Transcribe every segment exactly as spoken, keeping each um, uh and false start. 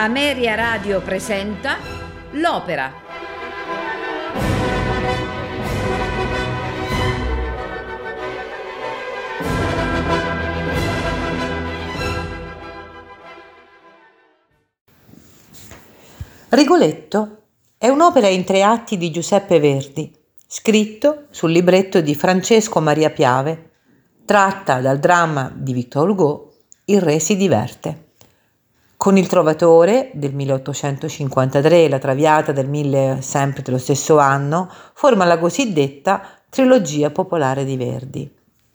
Ameria Radio presenta L'Opera. Rigoletto è un'opera in tre atti di Giuseppe Verdi, scritto sul libretto di Francesco Maria Piave, tratta dal dramma di Victor Hugo Il Re si diverte. Con Il Trovatore del milleottocentocinquantatré e La Traviata del mille sempre dello stesso anno forma la cosiddetta trilogia popolare di Verdi.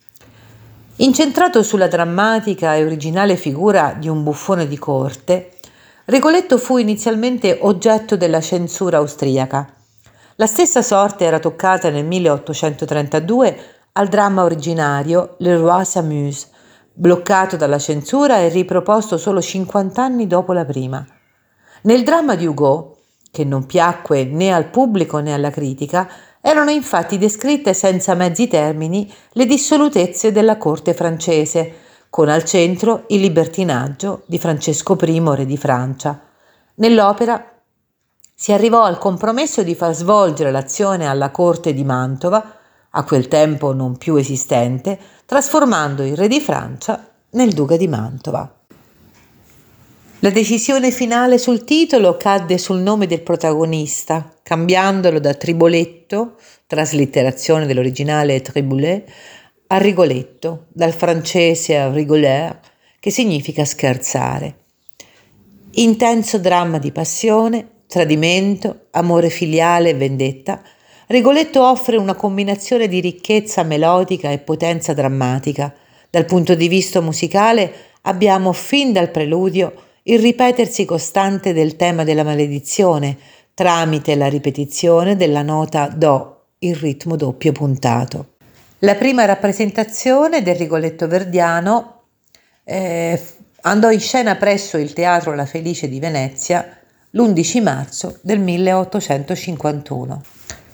Incentrato sulla drammatica e originale figura di un buffone di corte, Rigoletto fu inizialmente oggetto della censura austriaca. La stessa sorte era toccata nel milleottocentotrentadue al dramma originario Le Roi s'amuse, bloccato dalla censura e riproposto solo cinquanta anni dopo la prima. Nel dramma di Hugo, che non piacque né al pubblico né alla critica, erano infatti descritte senza mezzi termini le dissolutezze della corte francese, con al centro il libertinaggio di Francesco I, re di Francia. Nell'opera si arrivò al compromesso di far svolgere l'azione alla corte di Mantova, a quel tempo non più esistente, trasformando il re di Francia nel duca di Mantova. La decisione finale sul titolo cadde sul nome del protagonista, cambiandolo da Triboletto, traslitterazione dell'originale Triboulet, a Rigoletto, dal francese a rigoler, che significa scherzare. Intenso dramma di passione, tradimento, amore filiale e vendetta, Rigoletto offre una combinazione di ricchezza melodica e potenza drammatica. Dal punto di vista musicale abbiamo fin dal preludio il ripetersi costante del tema della maledizione tramite la ripetizione della nota Do, il ritmo doppio puntato. La prima rappresentazione del Rigoletto verdiano eh, andò in scena presso il Teatro La Fenice di Venezia l'undici marzo del milleottocentocinquantuno.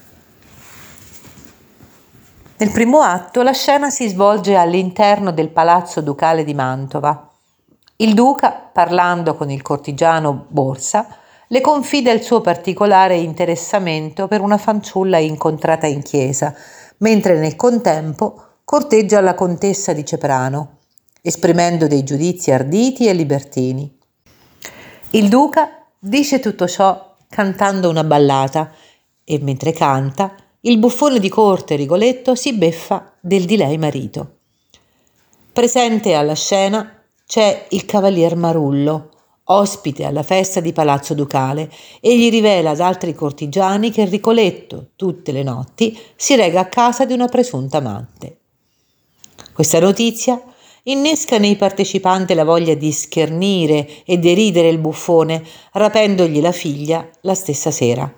Nel primo atto la scena si svolge all'interno del Palazzo Ducale di Mantova. Il duca, parlando con il cortigiano Borsa, le confida il suo particolare interessamento per una fanciulla incontrata in chiesa, mentre nel contempo corteggia la contessa di Ceprano, esprimendo dei giudizi arditi e libertini. Il duca dice tutto ciò cantando una ballata e mentre canta il buffone di corte Rigoletto si beffa del di lei marito. Presente alla scena c'è il cavalier Marullo, ospite alla festa di Palazzo Ducale, e gli rivela ad altri cortigiani che Rigoletto, tutte le notti, si reca a casa di una presunta amante. Questa notizia innesca nei partecipanti la voglia di schernire e deridere il buffone, rapendogli la figlia la stessa sera.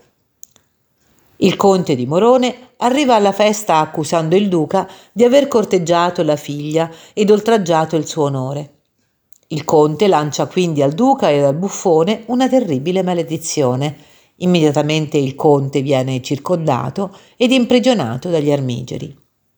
Il conte di Morone arriva alla festa accusando il duca di aver corteggiato la figlia ed oltraggiato il suo onore. Il conte lancia quindi al duca e al buffone una terribile maledizione. Immediatamente il conte viene circondato ed imprigionato dagli armigeri.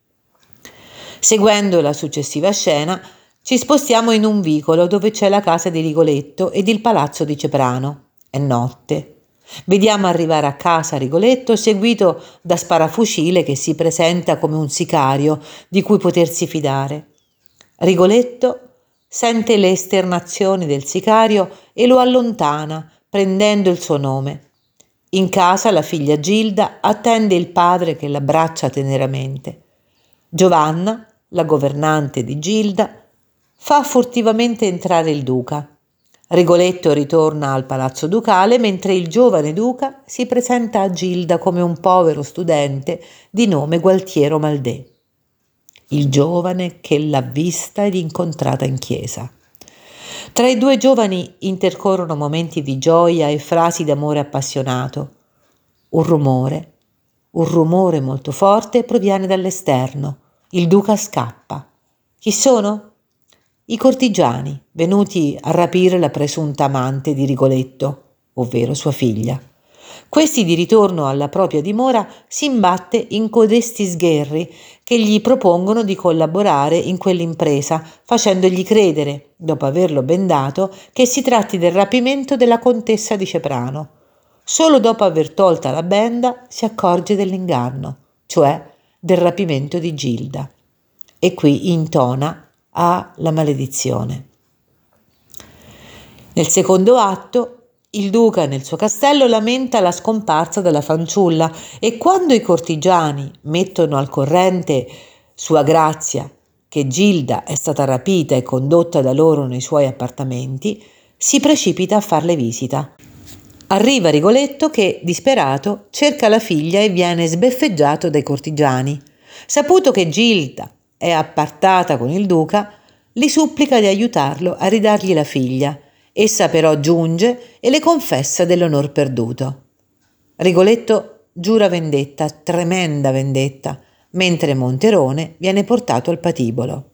Seguendo la successiva scena, ci spostiamo in un vicolo dove c'è la casa di Rigoletto ed il palazzo di Ceprano. È notte. Vediamo arrivare a casa Rigoletto seguito da Sparafucile che si presenta come un sicario di cui potersi fidare. Rigoletto sente le esternazioni del sicario e lo allontana prendendo il suo nome. In casa la figlia Gilda attende il padre che l'abbraccia teneramente. Giovanna, la governante di Gilda, fa furtivamente entrare il duca. Rigoletto ritorna al palazzo ducale mentre il giovane duca si presenta a Gilda come un povero studente di nome Gualtiero Maldè, il giovane che l'ha vista ed incontrata in chiesa. Tra i due giovani intercorrono momenti di gioia e frasi d'amore appassionato. Un rumore, un rumore molto forte proviene dall'esterno. Il duca scappa. Chi sono? I cortigiani, venuti a rapire la presunta amante di Rigoletto, ovvero sua figlia. Questi, di ritorno alla propria dimora, si imbatte in codesti sgherri che gli propongono di collaborare in quell'impresa, facendogli credere, dopo averlo bendato, che si tratti del rapimento della contessa di Ceprano. Solo dopo aver tolta la benda si accorge dell'inganno, cioè del rapimento di Gilda, e qui intona a la maledizione. Nel secondo atto il duca nel suo castello lamenta la scomparsa della fanciulla e quando i cortigiani mettono al corrente Sua Grazia che Gilda è stata rapita e condotta da loro nei suoi appartamenti, si precipita a farle visita. Arriva Rigoletto che, disperato, cerca la figlia e viene sbeffeggiato dai cortigiani. Saputo che Gilda è appartata con il duca, li supplica di aiutarlo a ridargli la figlia. Essa però giunge e le confessa dell'onor perduto. Rigoletto giura vendetta, tremenda vendetta, mentre Monterone viene portato al patibolo.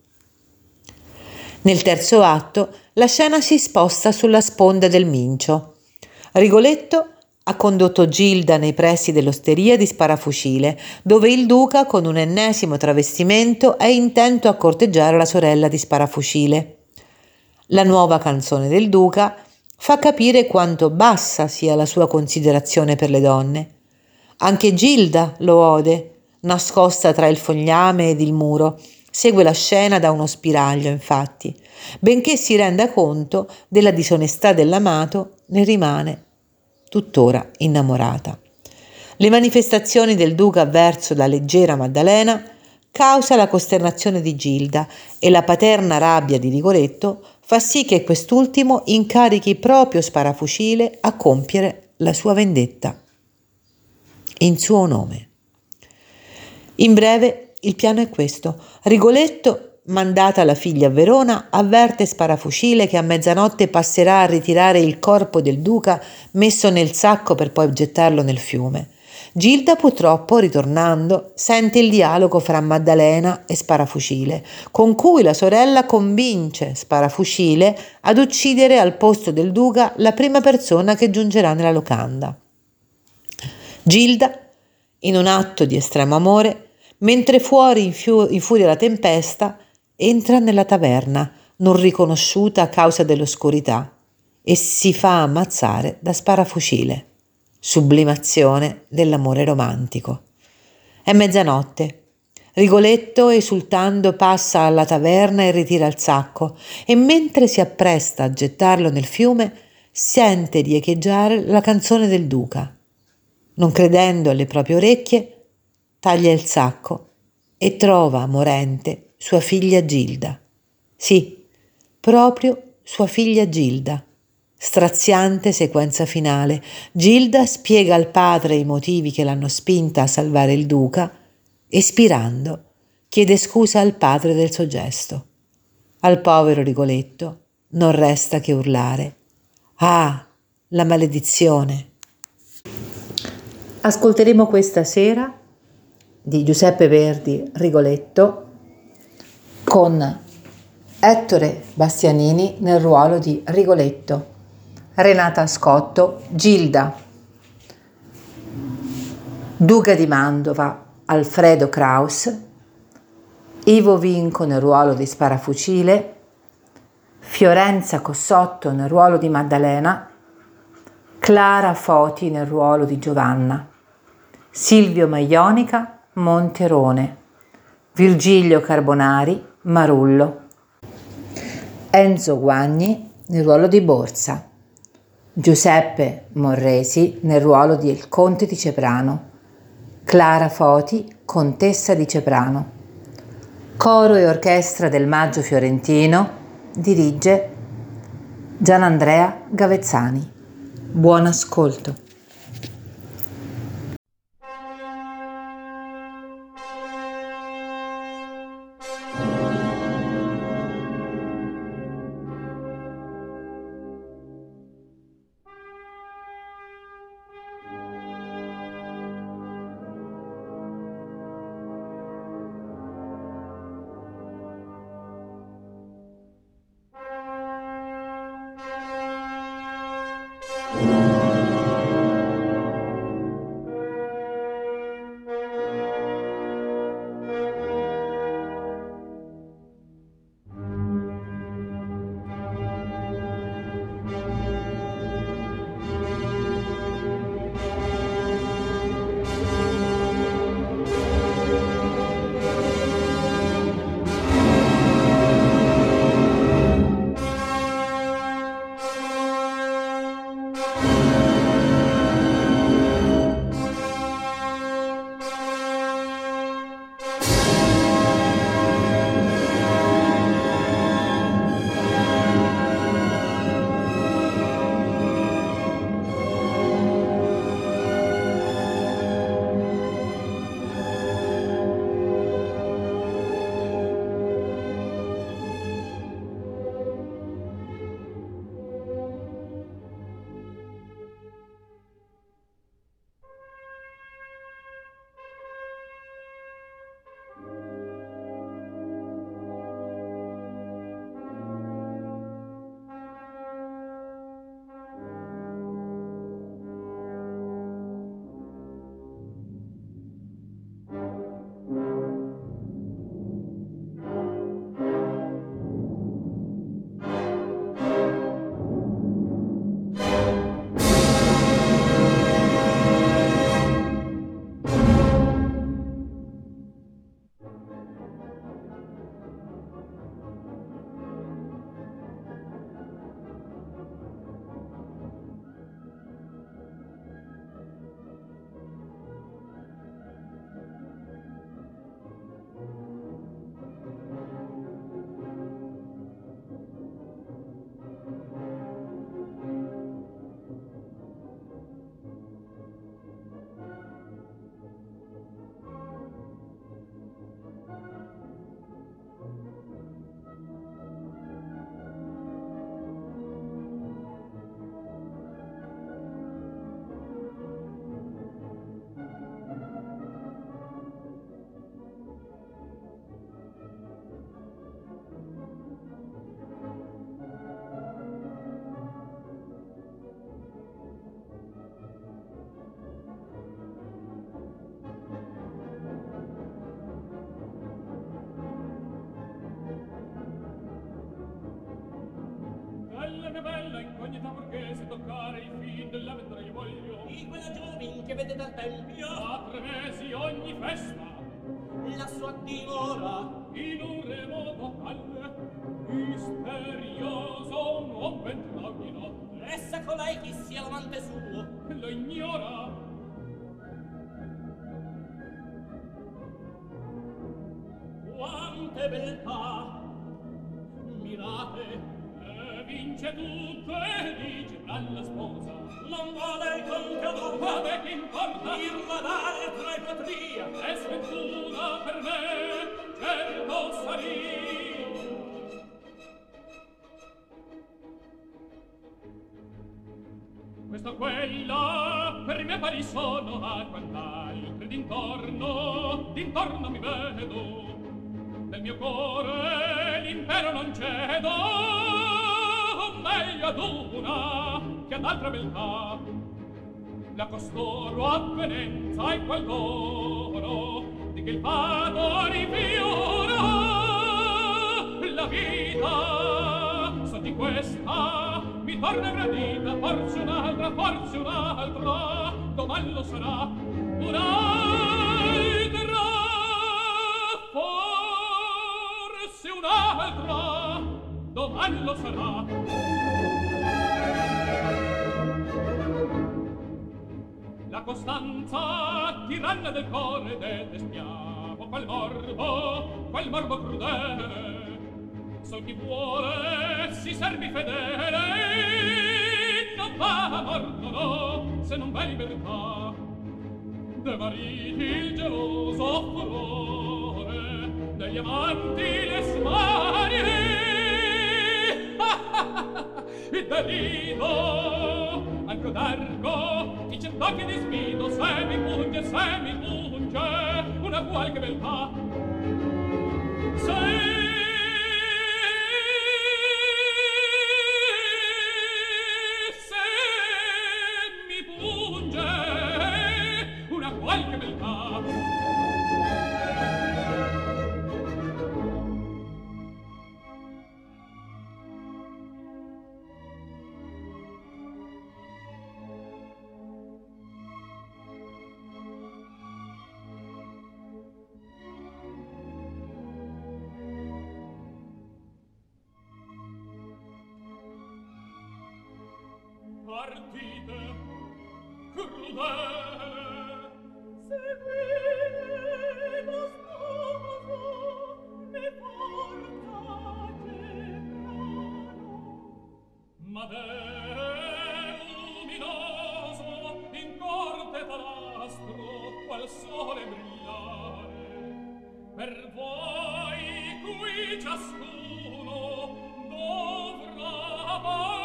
Nel terzo atto la scena si sposta sulla sponda del Mincio. Rigoletto ha condotto Gilda nei pressi dell'osteria di Sparafucile, dove il duca, con un ennesimo travestimento, è intento a corteggiare la sorella di Sparafucile. La nuova canzone del duca fa capire quanto bassa sia la sua considerazione per le donne. Anche Gilda lo ode, nascosta tra il fogliame ed il muro. Segue la scena da uno spiraglio, infatti. Benché si renda conto della disonestà dell'amato, ne rimane tuttora innamorata. Le manifestazioni del duca verso la leggera Maddalena causa la costernazione di Gilda e la paterna rabbia di Rigoletto fa sì che quest'ultimo incarichi proprio Sparafucile a compiere la sua vendetta in suo nome. In breve, il piano è questo. Rigoletto, mandata la figlia a Verona, avverte Sparafucile che a mezzanotte passerà a ritirare il corpo del duca messo nel sacco per poi gettarlo nel fiume. Gilda purtroppo, ritornando, sente il dialogo fra Maddalena e Sparafucile, con cui la sorella convince Sparafucile ad uccidere al posto del duca la prima persona che giungerà nella locanda. Gilda, in un atto di estremo amore, mentre fuori infu- infuria la tempesta, entra nella taverna, non riconosciuta a causa dell'oscurità, e si fa ammazzare da Sparafucile. Sublimazione dell'amore romantico. È mezzanotte. Rigoletto, esultando, passa alla taverna e ritira il sacco, e mentre si appresta a gettarlo nel fiume, sente riecheggiare la canzone del duca. Non credendo alle proprie orecchie, taglia il sacco e trova morente sua figlia Gilda. Sì, proprio sua figlia Gilda. Straziante sequenza finale. Gilda spiega al padre i motivi che l'hanno spinta a salvare il duca e, spirando, chiede scusa al padre del suo gesto. Al povero Rigoletto non resta che urlare: ah, la maledizione! Ascolteremo questa sera di Giuseppe Verdi Rigoletto con Ettore Bastianini nel ruolo di Rigoletto, Renata Scotto Gilda, Duca di Mantova Alfredo Kraus, Ivo Vinco nel ruolo di Sparafucile, Fiorenza Cossotto nel ruolo di Maddalena, Clara Foti nel ruolo di Giovanna, Silvio Maionica Monterone, Virgilio Carbonari Marullo, Enzo Guagni nel ruolo di Borsa, Giuseppe Morresi nel ruolo di Il Conte di Ceprano, Clara Foti, Contessa di Ceprano. Coro e orchestra del Maggio Fiorentino dirige Gianandrea Gavezzani. Buon ascolto. se toccare il fin della vendra io voglio. Di quella giovin che vede dal tempio A tre mesi ogni festa la sua dimora in un remoto calle misterioso un uomo entra ogni notte. Essa colei chi sia l'amante suo Lo ignora. Quante beltà mirate E vince tutto e dice alla sposa non vuole il concaduto vabbè che importa dirla dare tra i patria è sventura per me certo sarì. Questa quella per me pari sono a quant'altri d'intorno d'intorno mi vedo nel mio cuore l'impero non cedo meglio ad una che ad altra beltà la costoro avvenenza e qual d'oro di che il fato rifiora la vita so di questa mi torna gradita forse un'altra forse un'altra doman lo sarà un'altra forse un'altra doman lo sarà. La costanza tiranna del cuore del destiamo qual morbo qual morbo crudele sol chi vuole si servi fedele non va a morto no se non va libertà de mariti il geloso furore degli amanti le smanie il delido anche d'argo i cent'occhi di sfido se mi punge se mi punge una qualche beltà se qualche beltà partite crudele seguire lo sposo ne portate brano ma de luminoso in corte palastro qual sole brillare per voi qui ciascuno dovrà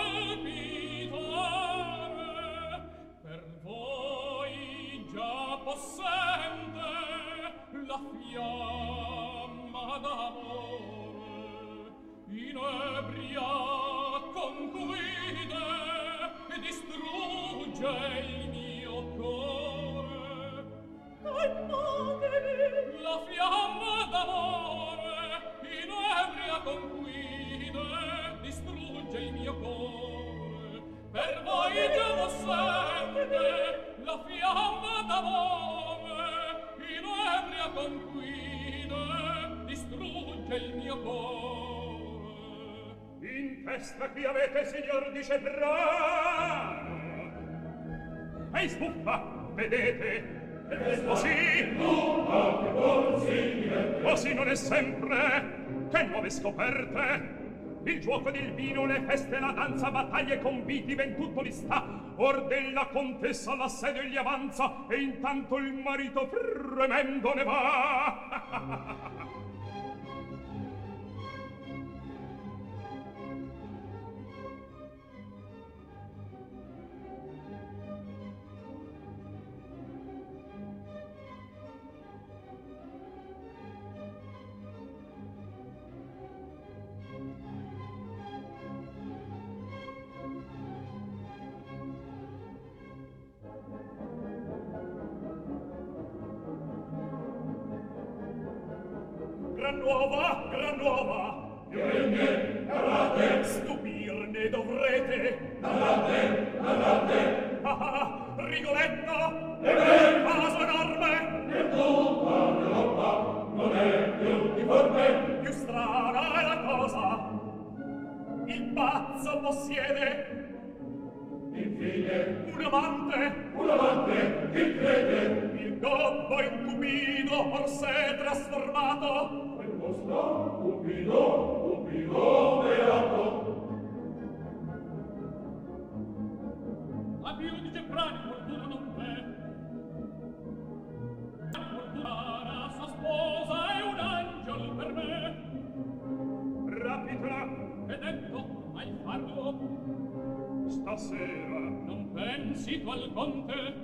palpitare per voi già possente la fiamma d'amore inebria conguide e distrugge il mio cuore. calmatevi La fiamma d'amore inebria conguide distrugge il mio cuore. Per voi già possente la fiamma d'amore inebria conguide distrugge il mio cuore. In testa qui avete, signor di Ceprano. Ehi, sbuffa, vedete? Così, così non è sempre. Che nuove scoperte? Il giuoco del vino, le feste, la danza, battaglie, conviti, ben tutto li sta. Or della contessa l'assedio gli avanza e intanto il marito fremendo ne va. Gran nuova, gran nuova! Stupirne dovrete, Narrate, narrate. Ah, Rigoletto! E caso enorme! E tu, Europa, non è più difforme. Più strana è la cosa. Il pazzo possiede infine un amante, un amante, chi crede? Il gobbo incupido forse trasformato. Quel vostro cupido, cupido beato. A più di Gefrani fortuna non c'è. Fortuna sua sposa è un angel per me. Rapidla, è detto, mai farlo. Stasera non pensi tu al conte?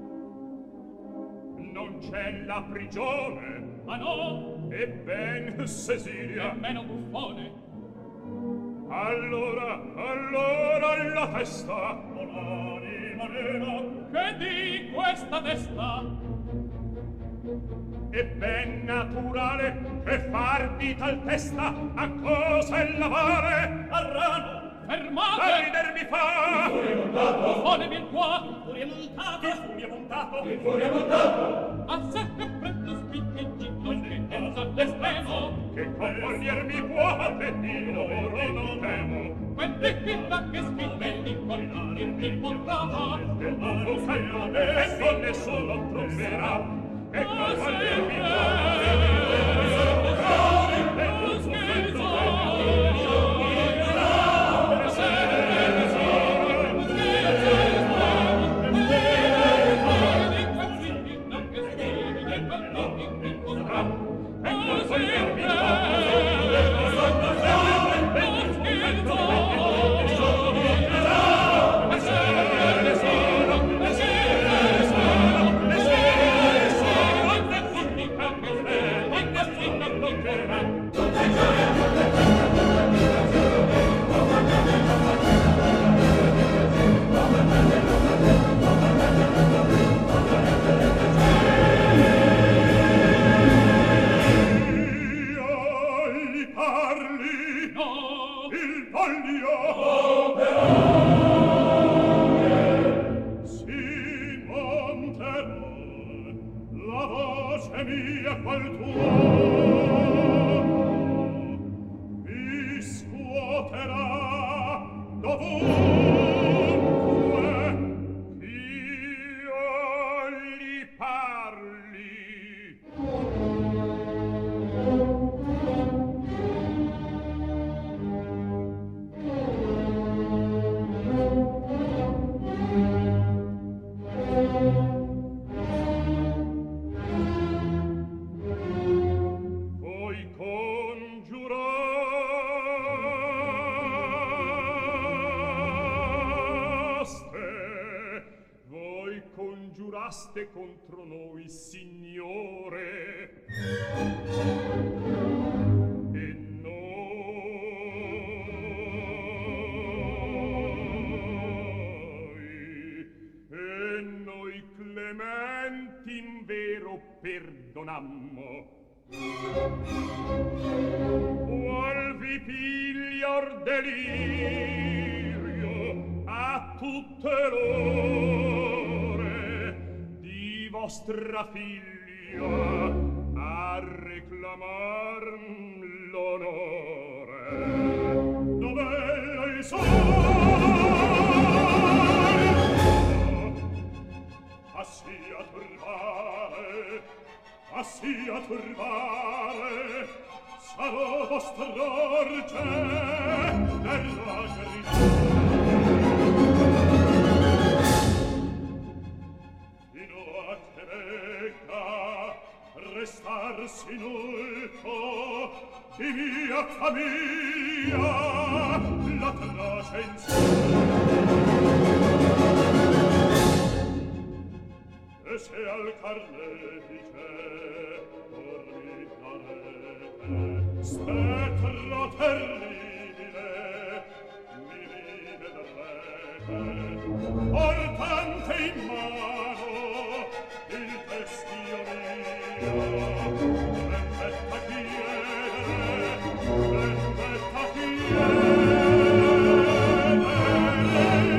Non c'è la prigione. Ma no? E ben Cecilia. E meno buffone. Allora, allora la testa. O l'anima nera. Che di questa testa? È ben naturale che far di tal testa a cosa è lavare. A rano. Fermate! A ridermi fa! Il furia montato! Buffone viene qua! Il furia montato! Il furia montato! Il furia montato! A sette freddo spiccheggito che pensa all'estremo che comporgli può pettino ora non temo quelli finta che spinelli con il portava del buffo salvo adesso nessuno troverà e comporgli contro noi, Signore. E noi, e noi clementi in vero perdonammo. Qual vi piglior delirio a tutte l'ore vostra figlia a reclamar l'onore. Dov'è il sole? Assi a turbare, assi a turbare, sarò vostra orce della carità. Restarsi nulto di mia famiglia la trasenza e se al carnefice orbitarete spettro terribile mi rivedrete portante in mano il testio mio vendetta chiedere vendetta chiedere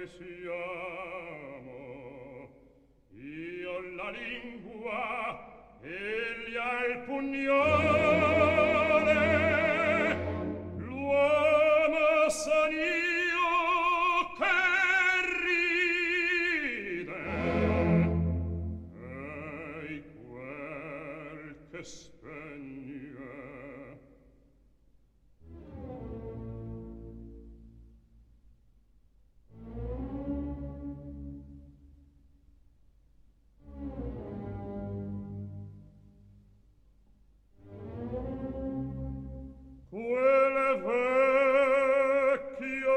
noi siamo, io la lingua, egli ha il pugnale, l'uomo son io che ride, ei quel che spegne. Quel vecchio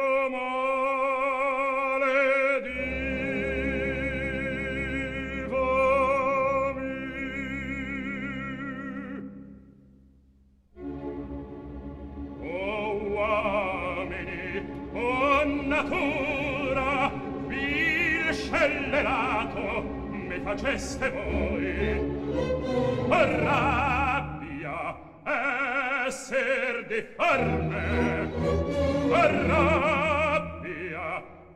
maledivami, o uomini, o natura, vil scellerato, me faceste voi, rabbia, esser difforme, rabbia,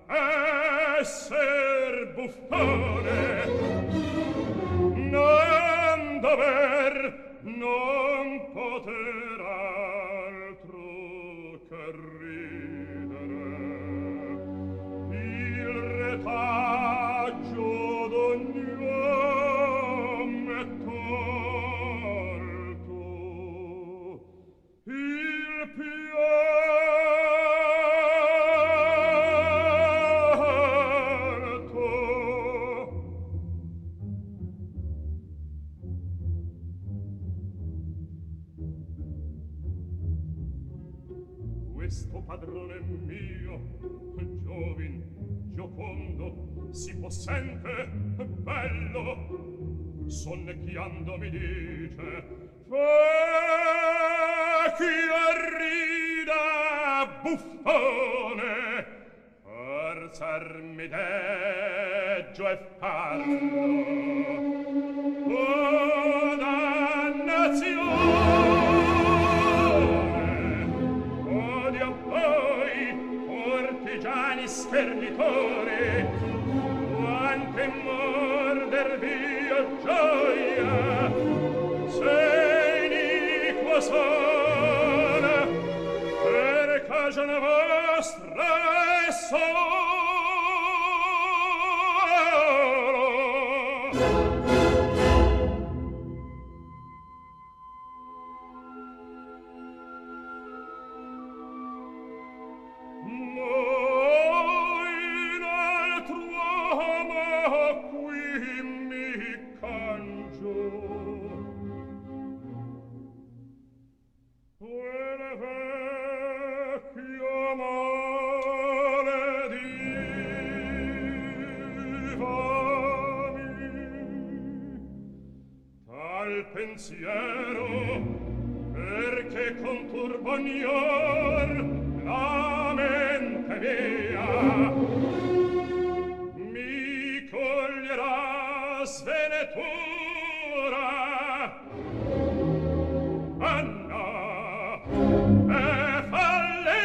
esser buffone, non dover, non poter altro che ridere. Il retaggio d'ogni uomo è tolto, il pianto. Questo padrone mio, giovin, giocondo, si possente, bello, sonnecchiando mi dice: fa chi arrida, buffone, forzarmi deggio e farlo. Oh, dannazione! Odio voi, cortigiani schernitori, quante mordervi o gioia, se iniqua sola, per cagione vostra e solo. Pensiero, perché con turbonior la mente mia mi coglierà svenetura. Anna è follia.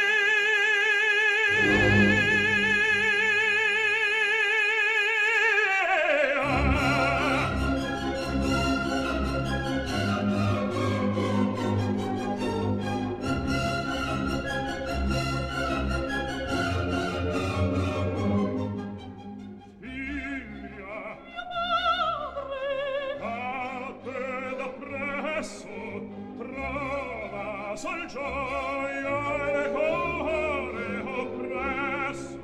Sol gioia e cuore oppresso,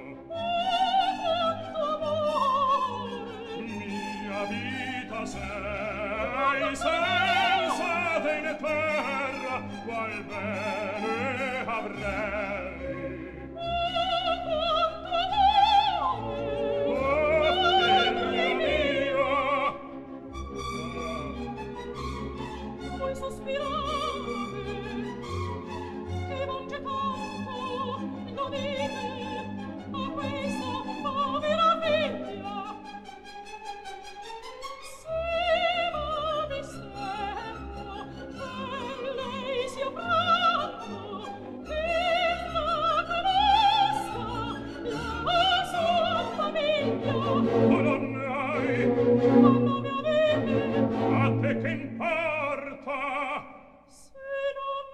mia vita sei senza te in terra, qual bene avrei. Oh, figlio mio, vuoi sospirare? Lei si Tu non ne hai. Quando mi avete. A te che importa? Se non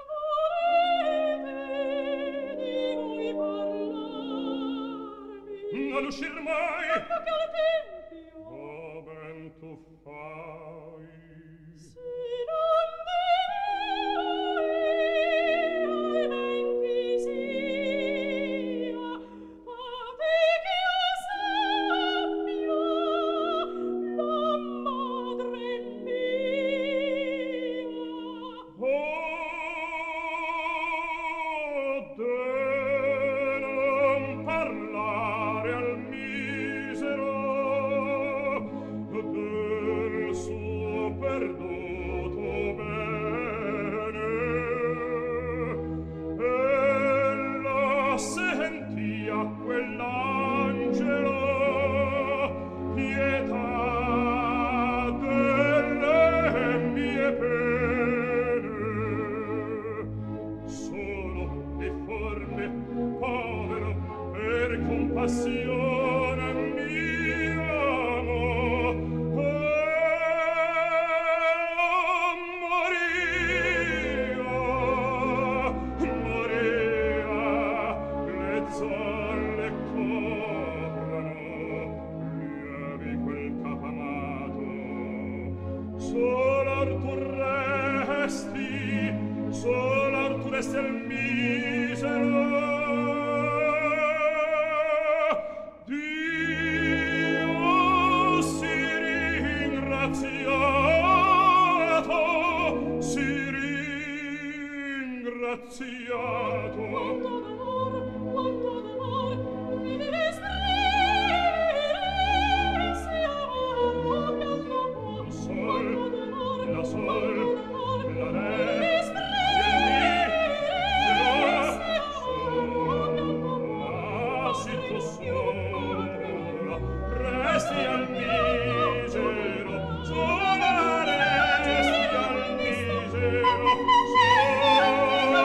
volete di voi parlarmi. Non uscir mai. Ecco che al tempio. Oh, ben tu fai. Se non devo io ai venti sia, fate che io sappia la madre mia. Oh, de non parlare al misero del suo perduto bene. Ella sentia quell'angelo pietà delle mie pene. Solo deforme, povero, per compassione mia amo, e moria, moria, le zolle coprono, lievi quel capo amato. Solar tu resti, solar tu resti al misero. Dio si ringraziato, si ringraziato. Quanto d'amor, quanto d'amor mi deve esprimere se amaro pianto può. Sol, Quanto d'amor, la sol, quanto d'amor la mi re, deve esprimere se amaro pianto può. ah, si tu sola resti al misero, sola resti al misero, sola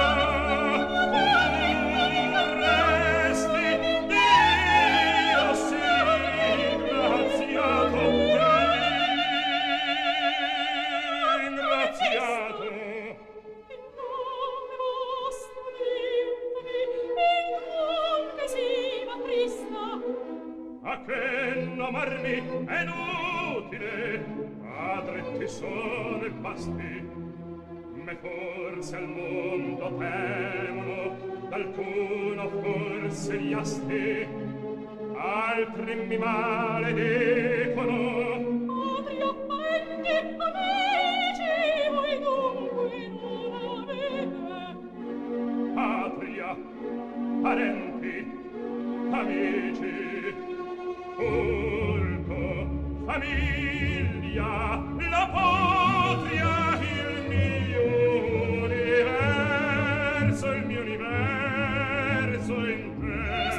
resti. Dio si ringraziato, ringraziato. In nome vostro dimmi, in quanto siva trista. A che nomarmi è inutile, padre ti sono e basti. Me forse al mondo temono, d'alcuno forse gli asti, altri mi maledicono. Patria, parenti, amici, voi dunque non avete. Patria, parenti, amici, culto, famiglia, la patria, il mio universo, il mio universo in te.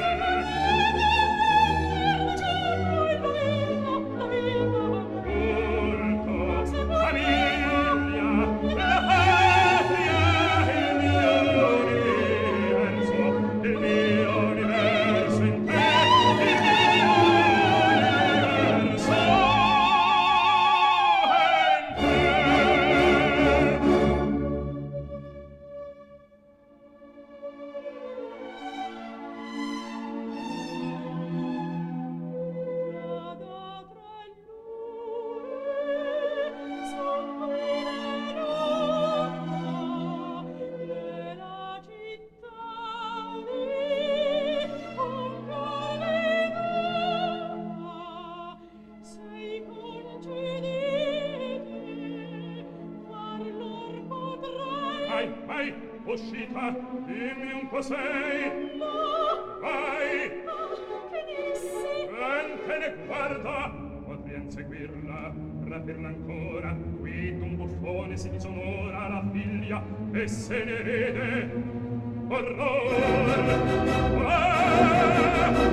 Culto, famiglia, la patria, il mio universo, il mio universo in te, il mio universo uscita, dimmi un po' sei. No! Vai! Ah, che dissi? Ventene, guarda! Potrei inseguirla, rapirla ancora. Qui d'un buffone si disonora la figlia e se ne rede. Orror! Ah!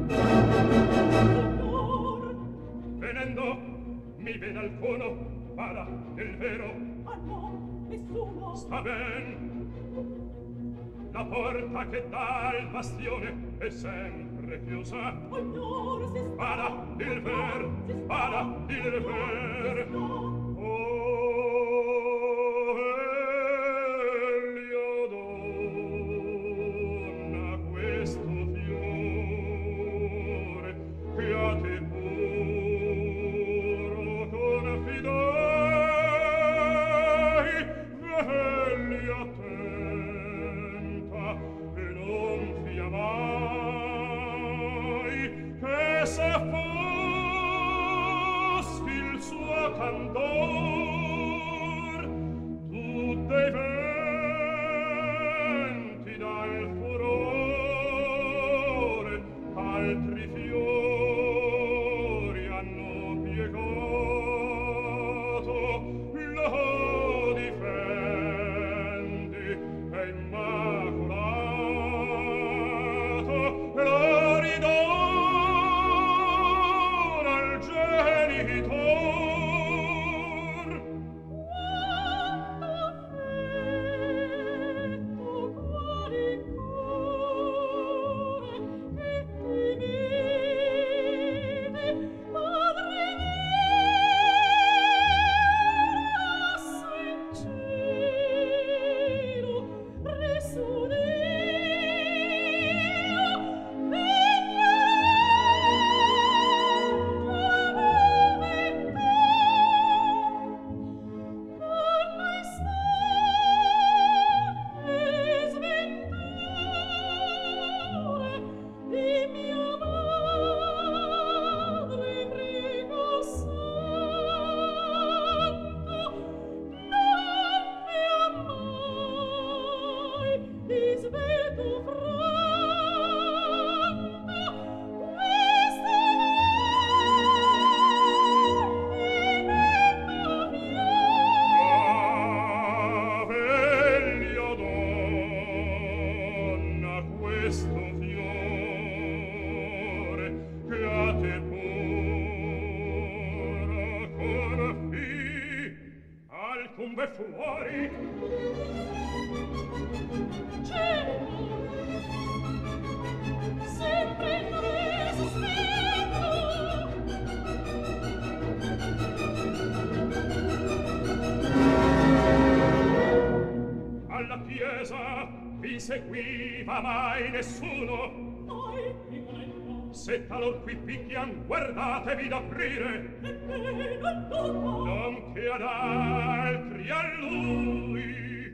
Signor! Venendo, mi vede alcuno, vada, il vero. Ah no, nessuno! Sta ben. la porta che dà al bastione è sempre chiusa. Ognore si Spada il ver, spada il ver. Oh, Eliodonna, questo fiore che a te puro confidai, vegli attenta e non fia mai che se fossi il suo candor, tu dei venti dal furore altri fiori hanno piegato, lo difendi e immacolato, lo ridona al genitor. Fuori sempre in resistento. alla chiesa vi seguiva mai nessuno. Mai, Rigoletto. Se talor qui picchian, guardatevi d'aprire, E me non dopo. non che ad altri a lui.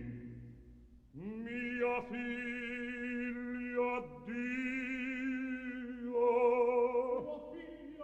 Mia figlia, addio. Tua figlia.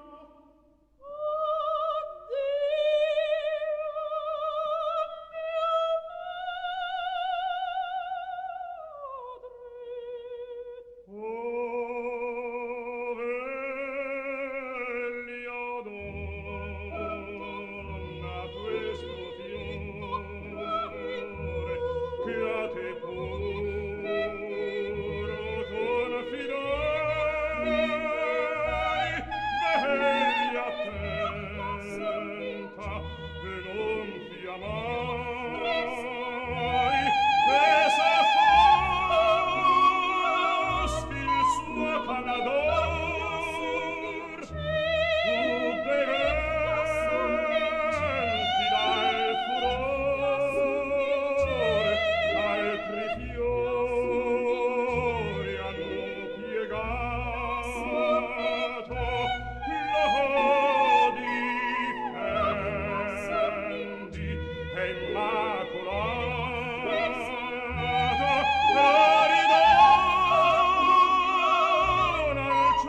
Al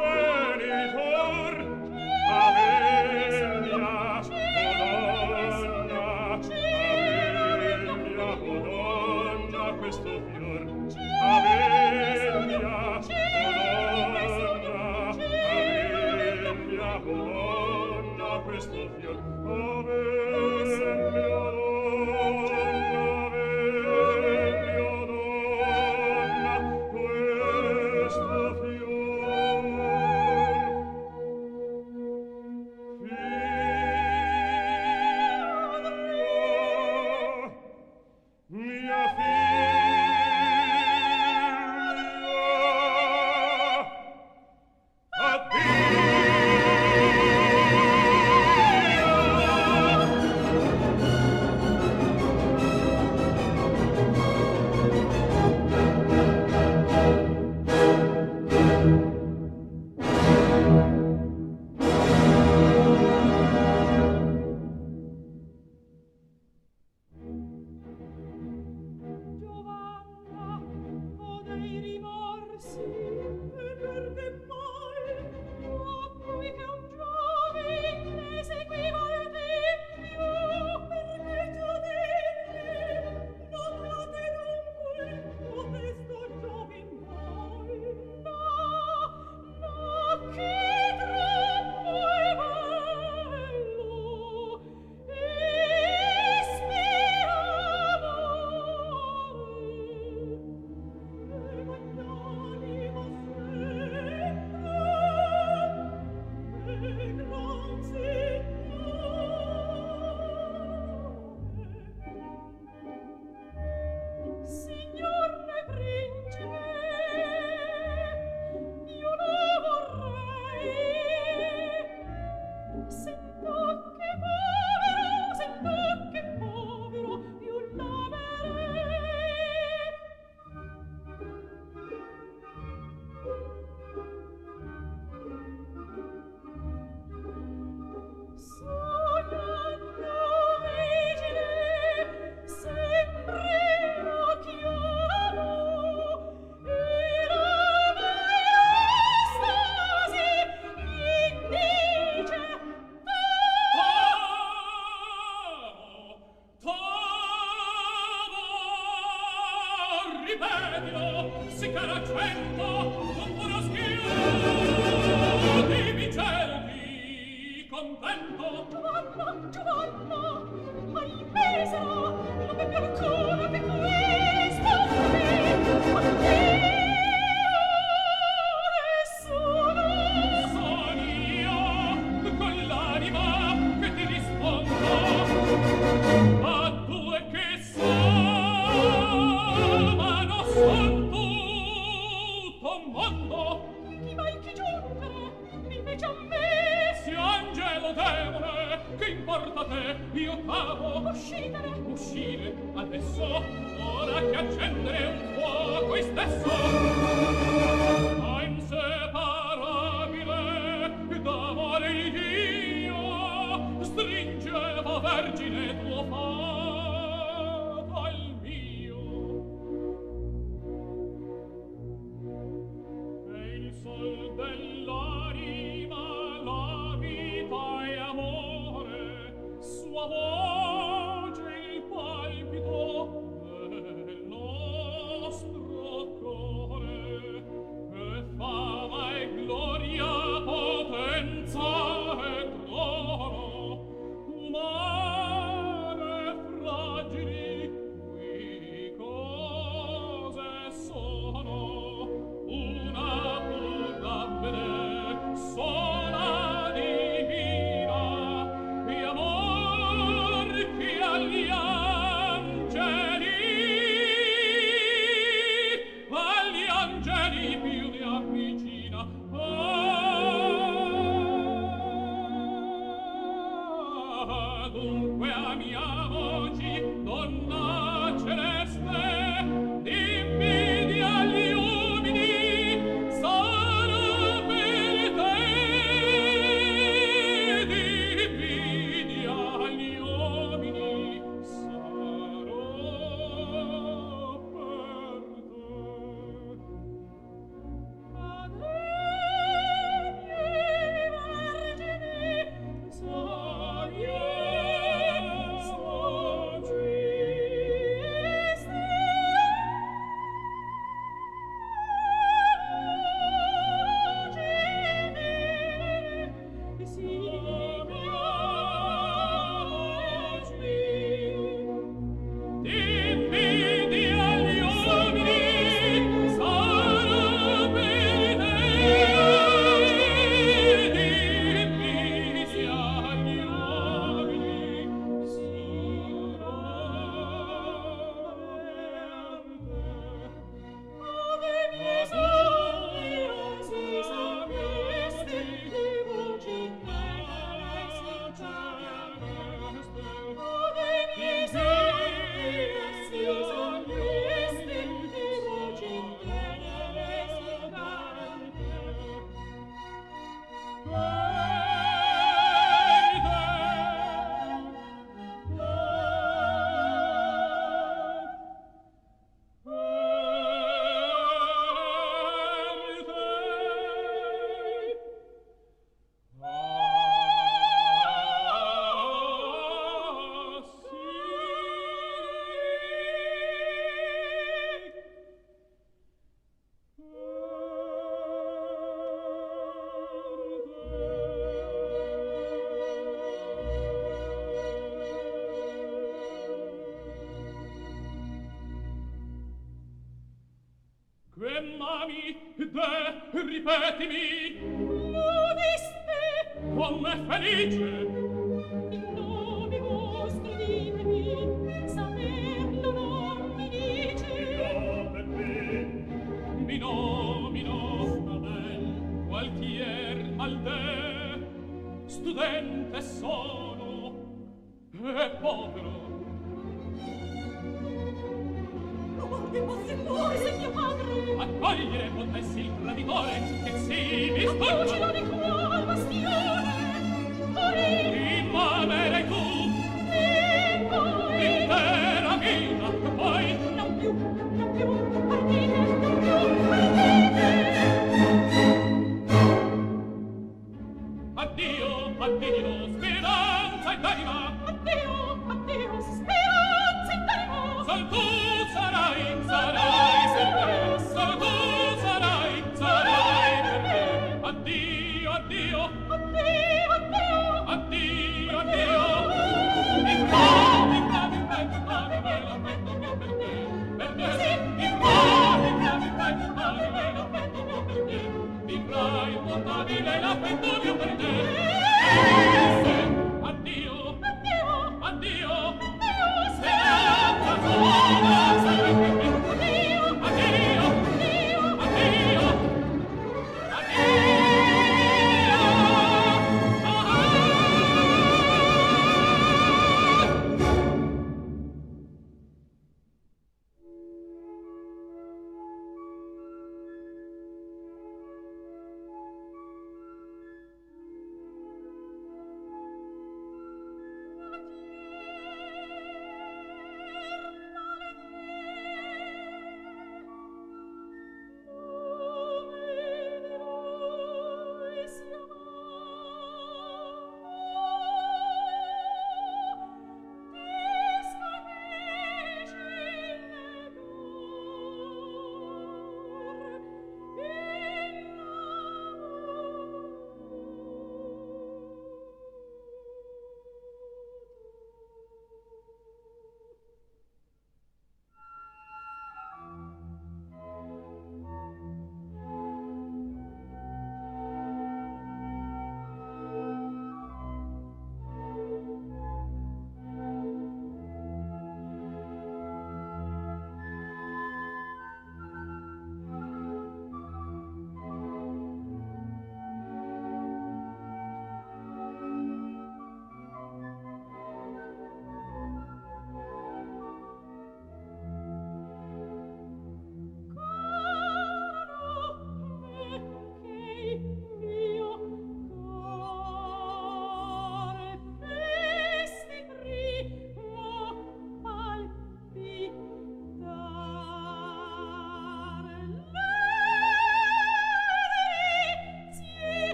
te, io t'amo. Uscite. Uscire adesso, ora che accendere un fuoco stesso. Ma inseparabile d'amore io stringevo vergine tuo fato al mio. E il sol dell'anima, la vita e amore, sua voce il palpito del nostro cuore, e fama e gloria, potenza e trono, umane fragili qui cose sono, una pura bene sola divina, e amor che agli angeli, agli angeli più ne avvicina. Ah, dunque amiamoci, donna celeste, dimmi agli uomini, sarò per te. Dimmi agli uomini, sarò per te. Ripetimi, Ludiste, come felice, in nome vostro ditemi, saperlo non mi dice. mi nomino Abel, qualchier al te, studente sono e povero. Che posso voi, se mio padre? Accogliere potessi il traditore che si mi Fuggilo di qual bastione, ori, immamerei tu e poi, l'intera vita, e poi non più, non più, partite, non più, partite. addio, addio, speranza e d'anima. Addio, addio, speranza e d'animo. Sol tu sarai, sarai per me, sol tu sarai, sarai per me. Addio, addio, Addio, addio, addio, addio. Vivrò, vivrò, vivrò, vivrò, vivrò, l'affetto mio per te, per te. Vivrò, vivrò, vivrò, vivrò, vivrò, l'affetto mio per te. Vivrò immutabile l'affetto mio per te. Addio, addio, addio, speranza sola, sarai per me. Addio, addio, addio, addio.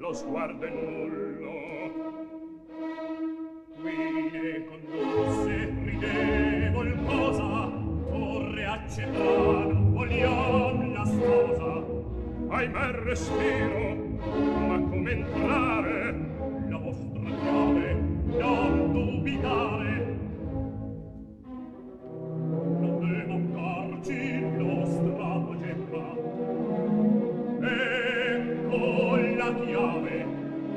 lo sguardo è nullo. Qui ne condusse ridevol cosa, torre a Cetrano vogliam la sposa. Ahimè respiro, ma come entrare? La vostra chiave non dubitare, non deve mancarci nostra gemma. Ecco la chiave,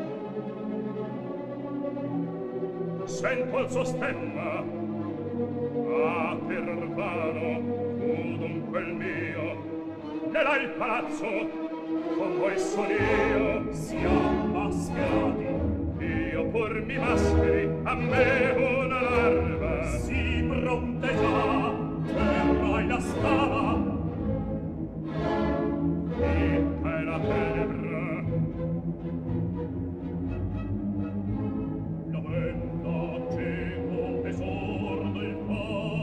sento il suo stemma. Ah, per vano fu dunque il mio. Ne là il palazzo, con voi son io. siamo mascherati. Io pur mi mascheri, a me una larva. Si pronte già, terrai la scala. Fitta è la terra. Lamenta cieco e sordo il fa.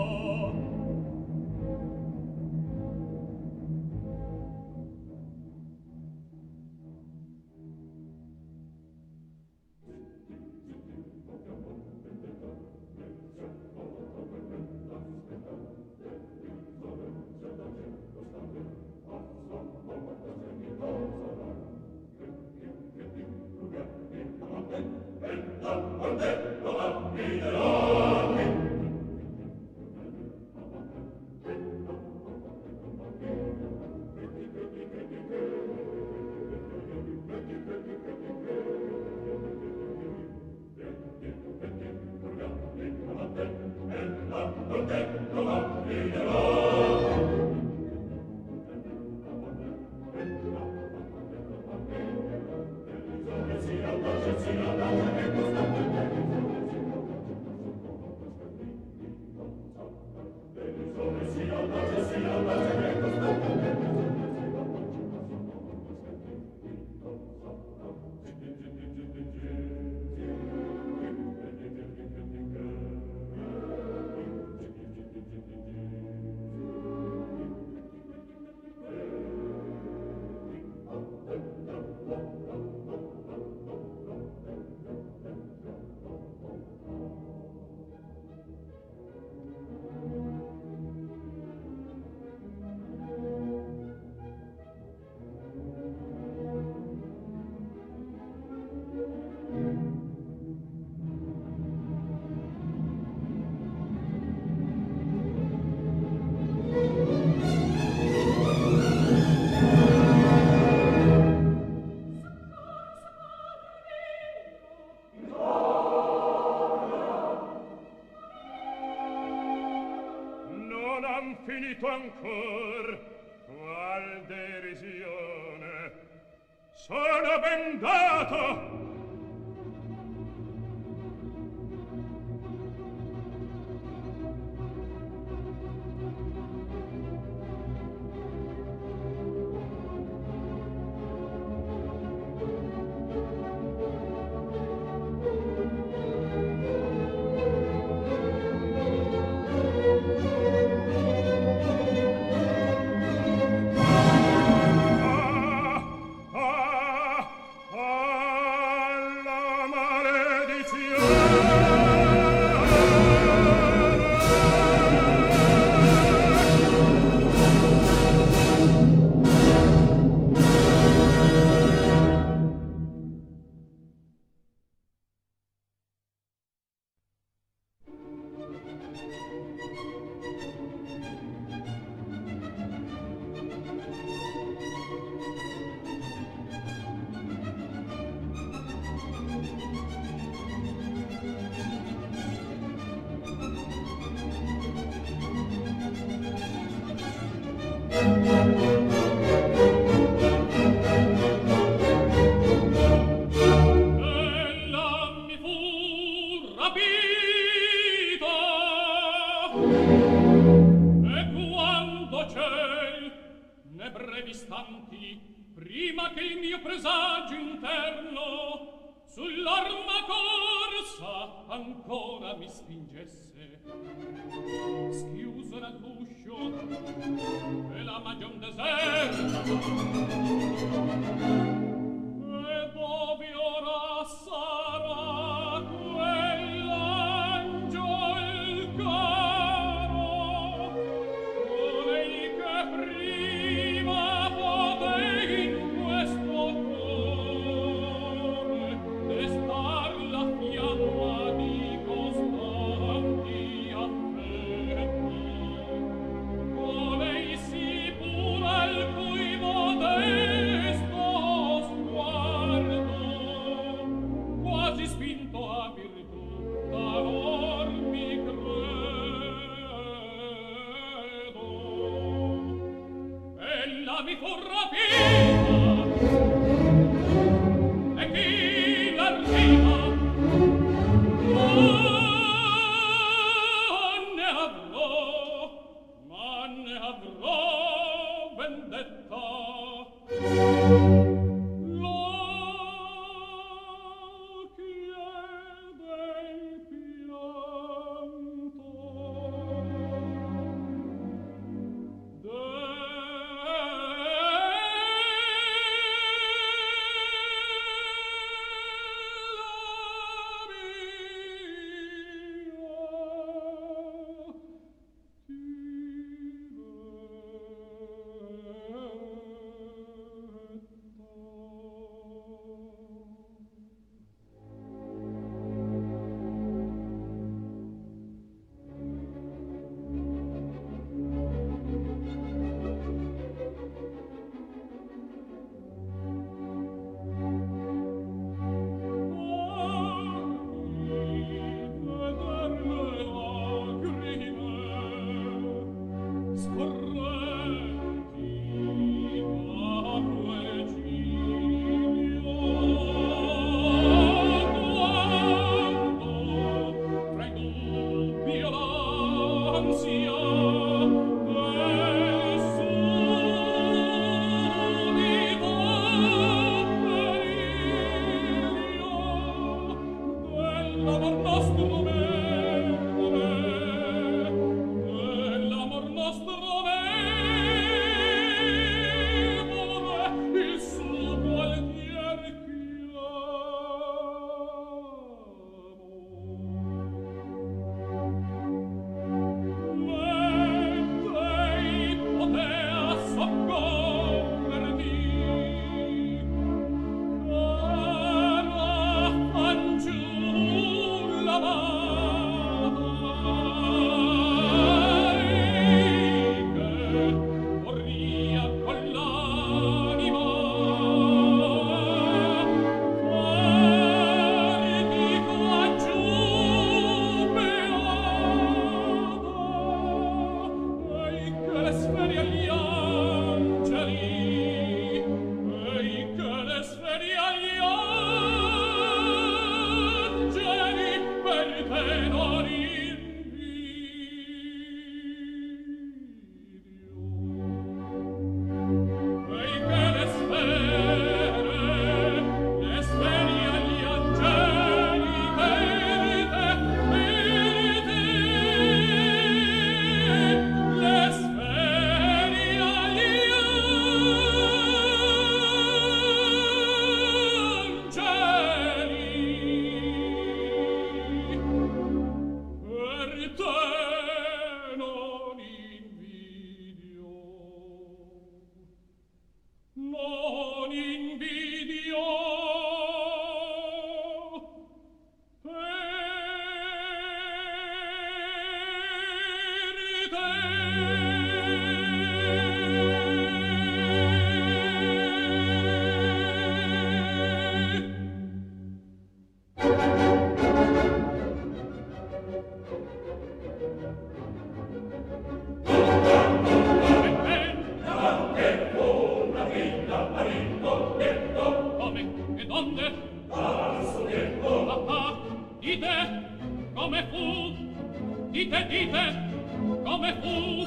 finito ancor qual derisione sono bendato prima che il mio presagio interno sull'arma corsa ancora mi spingesse, schiuso nell'uscio e la magion deserta, e dove che dite come fu?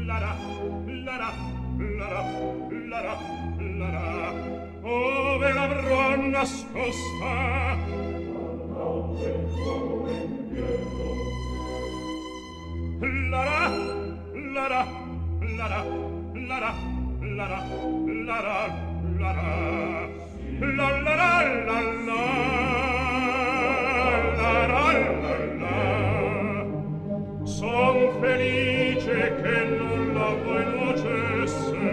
la la la la la la ove l'avrò nascosta la la la la la la la la la la la la la la la la son felice che non la vuoi nuocesse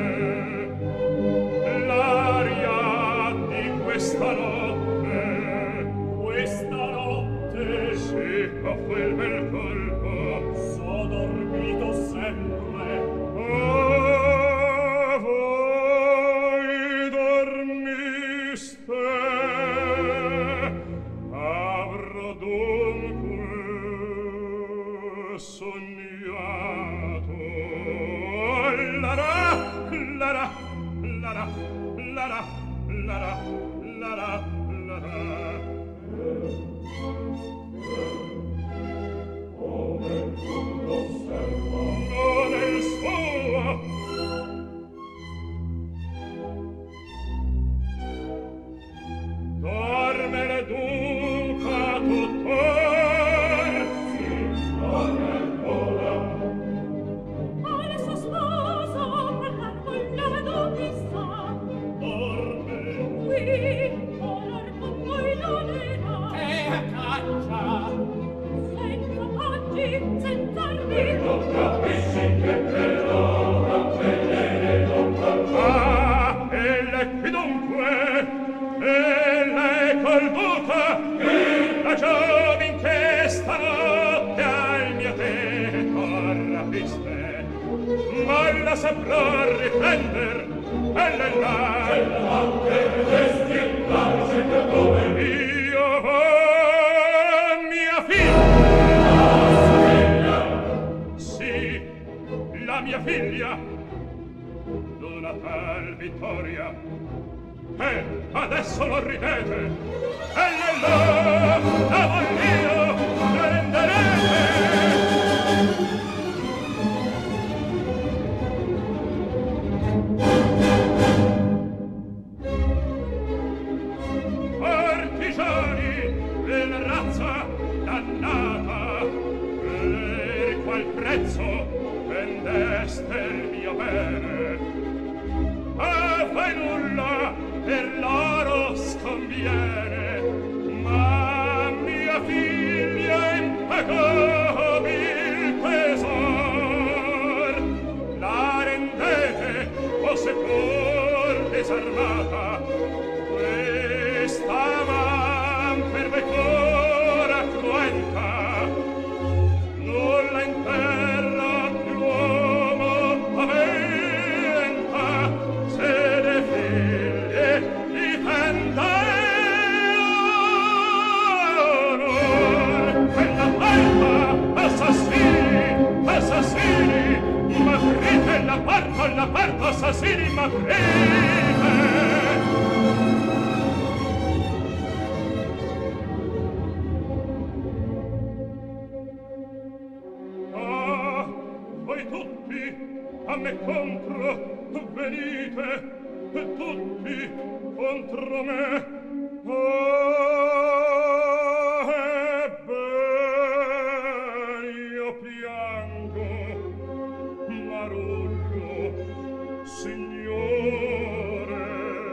l'aria di questa notte questa notte sì a quel bel colpo so dormito sempre ah voi dormiste avrò dunque sognato la la la la la la la la la la la la come tutto osserva non è il suo dormere dunque tuttor sì, dorme ora Ale suo sposo per la collado chissà dorme qui volar con voi non era E a caccia senza oggi senza armi non capisci che per ora vedere non parla ah, e lei qui dunque e lei col duca la giovin che stanotte al mio tetto rapiste ma la saprò riprender e le là e la notte resti la sente come io oh, mia figlia sì la mia figlia d'una tal vittoria e adesso lo ridete e le là la voglio prenderete partigiani della razza dannata per qual prezzo vendeste il mio bene ah fai nulla per l'oro sconviene ma mia figlia impagabil tesor la rendete o seppur disarmata questa man per me cora cruenta nulla in terra più uomo paventa se le figlie difenda onor quella porta assassini assassini m'aprite la porta la porta assassini m'aprite ah voi tutti a me contro venite tutti contro me ah ebbene io piango Marullo signore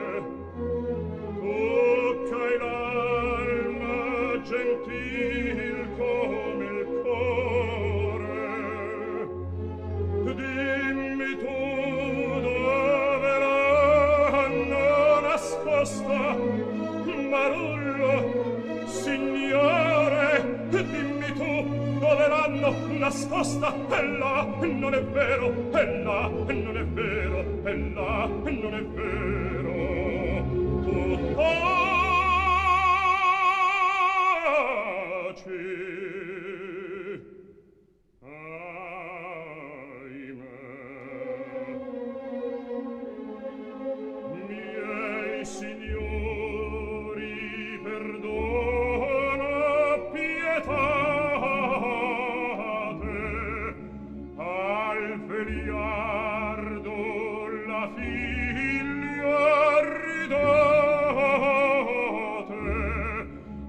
toccai l'alma gentil come il cuore dimmi tu dove l'hanno nascosta Marullo signore dimmi tu dove l'hanno nascosta e là non è vero e là non è vero e là non è vero tu taci ahimè miei signori perdono pietate al felice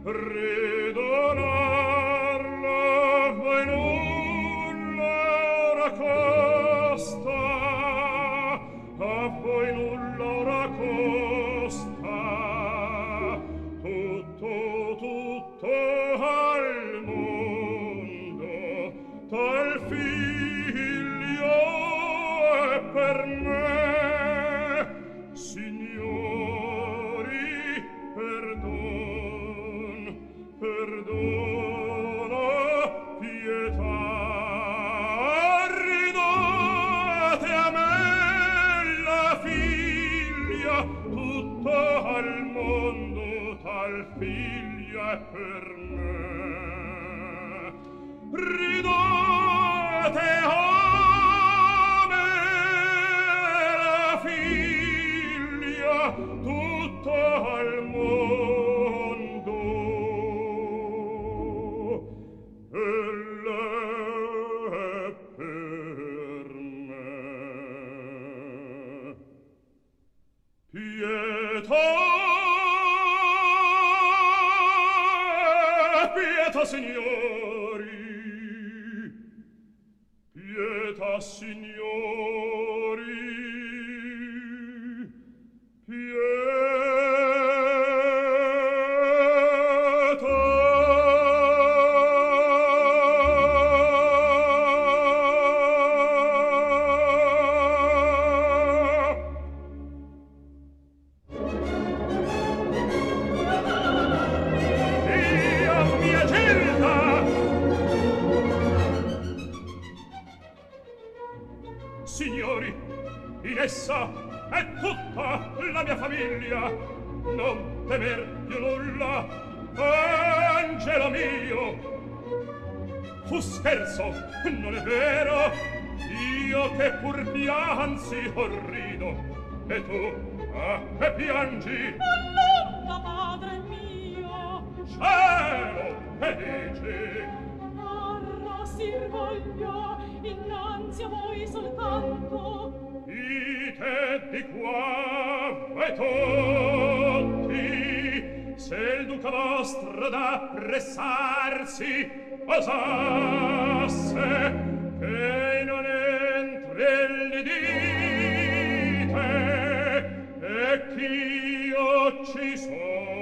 ridonarla voi nulla ora costa, a voi nulla ora costa, tutto, tutto al mondo, tal figlio è per me, signori, perdon, perdona, pietà, ridate a me la figlia, tutto al mondo tal figlia è per me, ridate a me la figlia, tutto al mondo, ella è per me. Pietà, pietà, signori, pietà, signori, signori, in essa è tutta la mia famiglia, non temer più nulla, angelo mio. Fu scherzo, non è vero, io che pur piansi orrido, e tu, ah, che piangi? Allora, padre mio, Cielo, che dici? arrossir voglio innanzi a voi soltanto. Ite di qua, e tutti, se il duca vostro da pressarsi osasse, che non entri gli dite, e ch'io ci sono.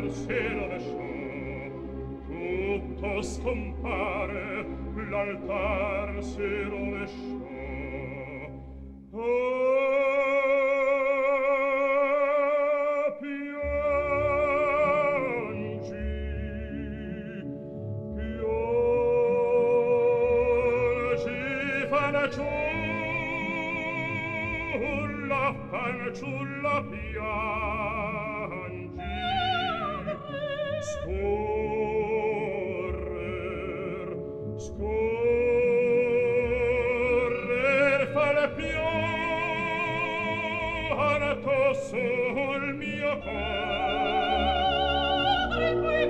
si rovesciò, tutto scompare, l'altar si rovesciò. Oh, piangi, piangi, fanciulla, fanciulla, piangi, scorrer, scorrer, fa le pianto sul mio cuore. Piangi,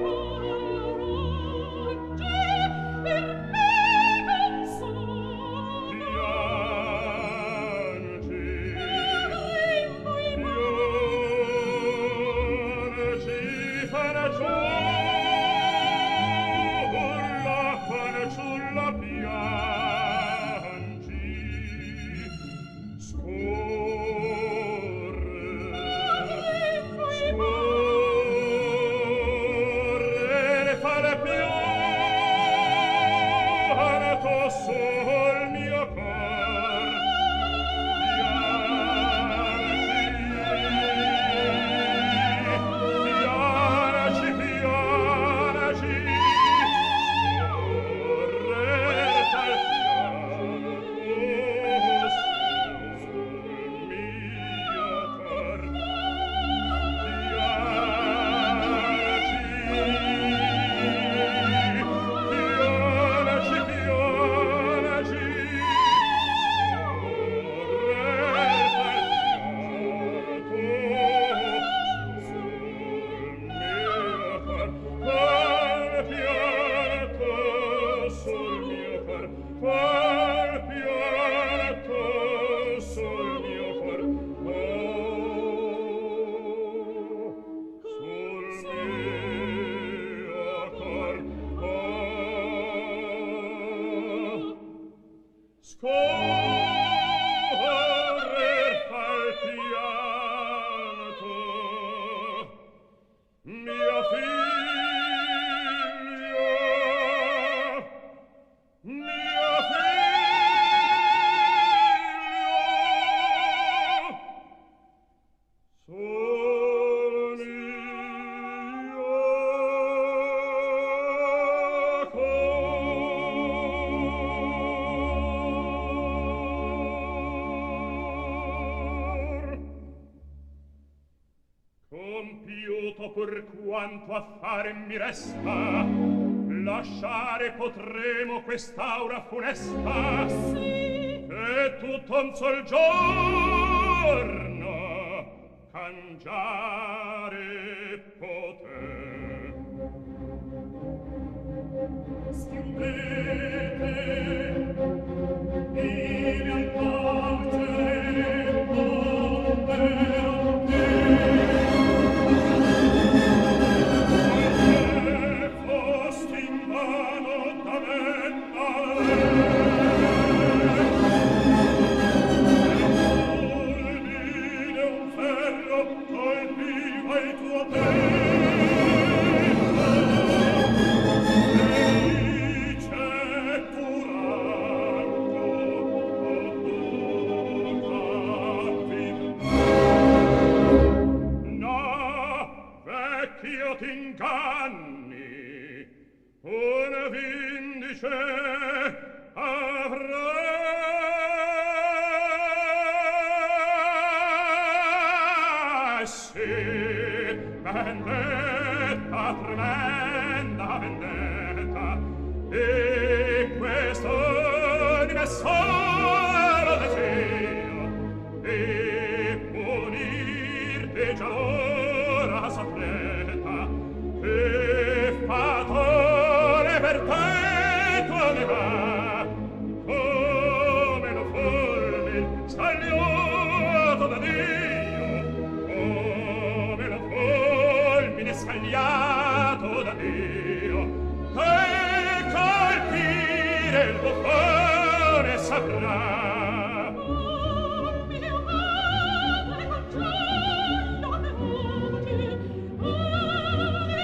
per quanto a fare mi resta, lasciare potremo quest'aura funesta. Sì. E tutto un sol giorno cangiare poter. Schiudete i miei portere, povero te. T'inganni, un vindice avrai. Sì, vendetta, tremenda vendetta, e questo di me solo desio, e punirti già l'ora s'affretta, e fatore perpetuo mi va, come lo fulmine scagliato da Dio, come lo fulmine scagliato da Dio, e colpire il buffone saprà. Oh, mio padre,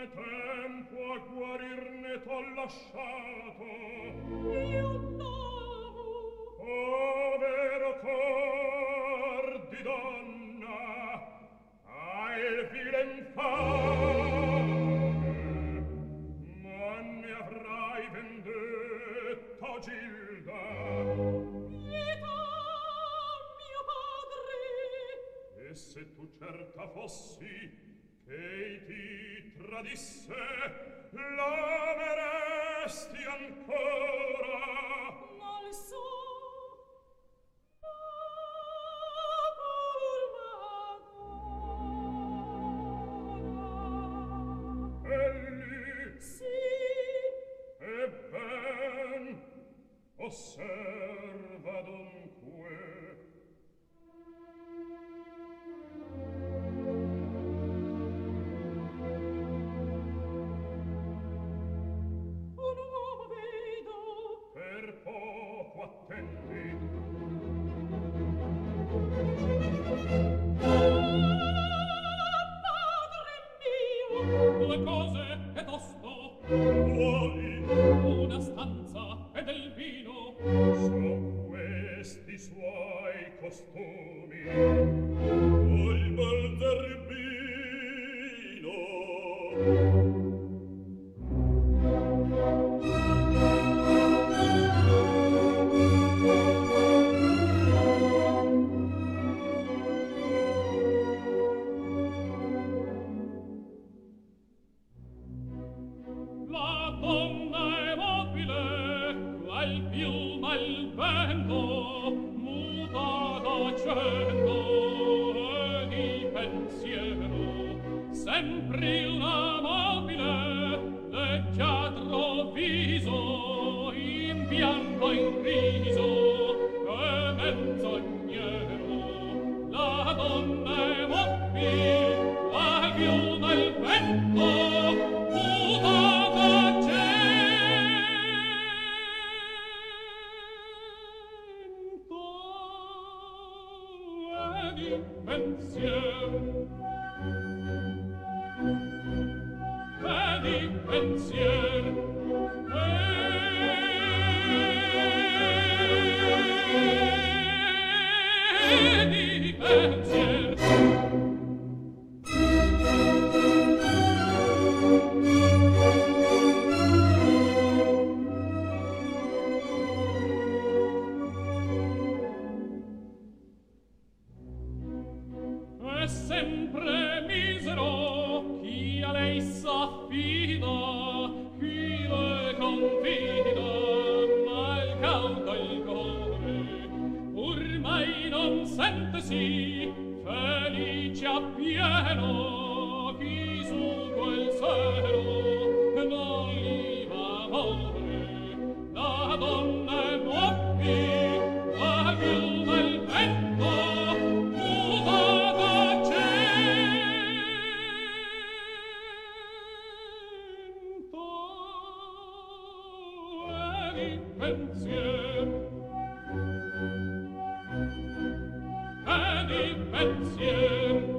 tempo a guarirne t'ho lasciato. Io no. Povero cor di donna, al vile infame, ma ne avrai vendetta, Gilda. Pietà, mio padre. E se tu certa fossi ch'ei ti tradisse, l'ameresti ancora? Non lo so. Osserva dunque. Un uomo vedo. Per poco attendi. Padre mio. Due cose che tosto Vuoi? una stanza e del vino. Son questi suoi costumi. O il bel zerbino. La donna è mobile, qual piuma il vento, muta d'accenno e di pensiero. Sempre una mobile, leggiadro viso, in pianto in riso, e menzognero. La donna è mobile, qual piuma il vento, muta d'accenno e di pensiero. E di pensiero. E di pensiero. È sempre misero chi a lei s'affida, chi le confida, ma il cauto il cuore ormai non sentesi felice appieno chi su quel seno non gli va amore. La donna è mobile, la piuma il vento, muta d'accento e di pensiero. E di pensiero.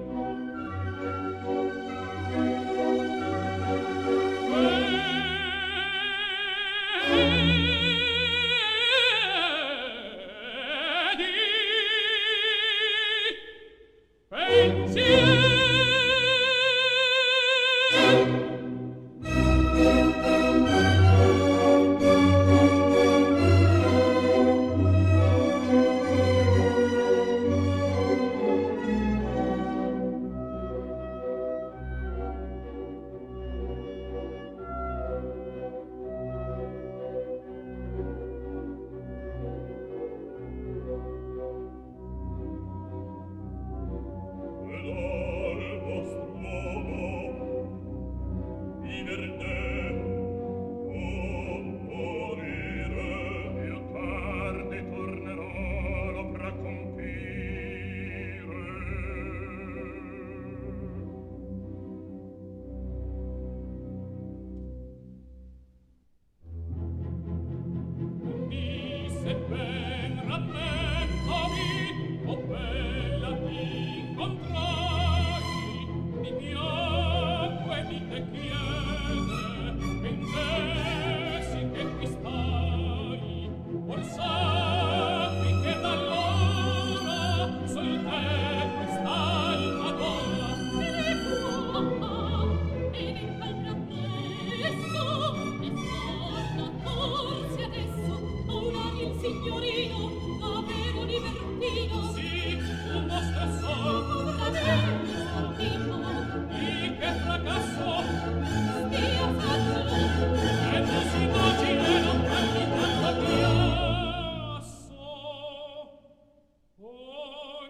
Ed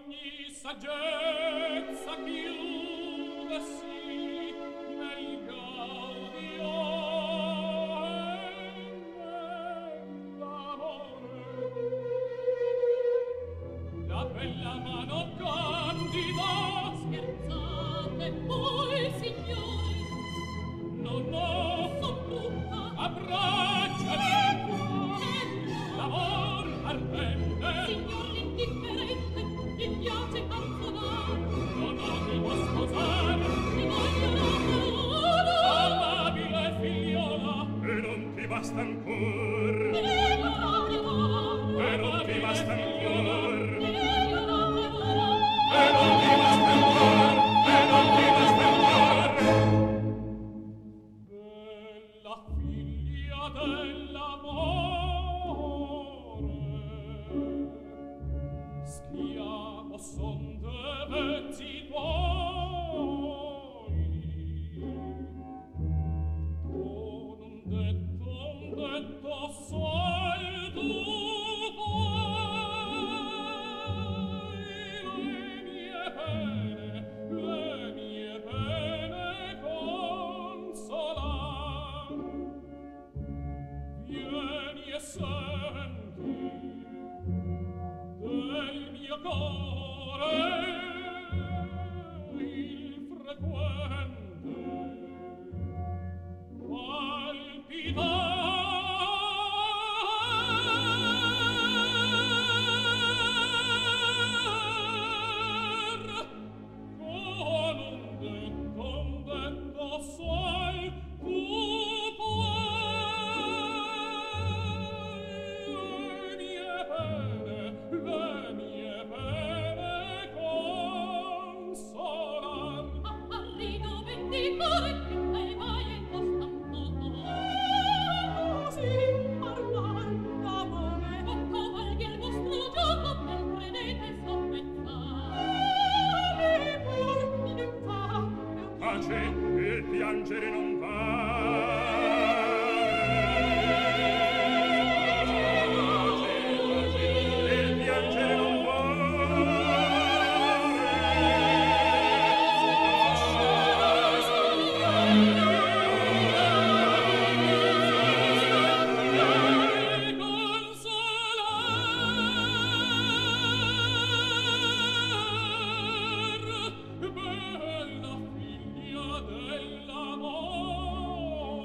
ogni saggezza chiudesi nel gaudio e nell'amore. La bella mano candida, scherzate voi, signore, no, no, son tutta abbracciali, l'amor ardente, signor l'indifferente, gli piace canzonar, no, no, devo sposar, ti voglio la parola, amabile figliola, E non ti basta ancor, io la devoro, e non ti basta ancor, io la devoro, e non ti basta ancor, e non ti basta ancor. bella figlia dell'amore, schiavo son de vezzi tuoi. Oh, non detto, non detto, sai tu puoi le mie pene, le mie pene consolar. Vieni e senti del mio core il frequente palpitar. Con un detto, un detto sai tu puoi le mie pene, le mie pene consolar. arrido vendicore, che te vai e costanto, così parlar d'amore, o cavalli il vostro gioco, per credete soppezzare, pur in fa, Pace, il piangere non va. Il piangere non va. Bella figlia dell'amore,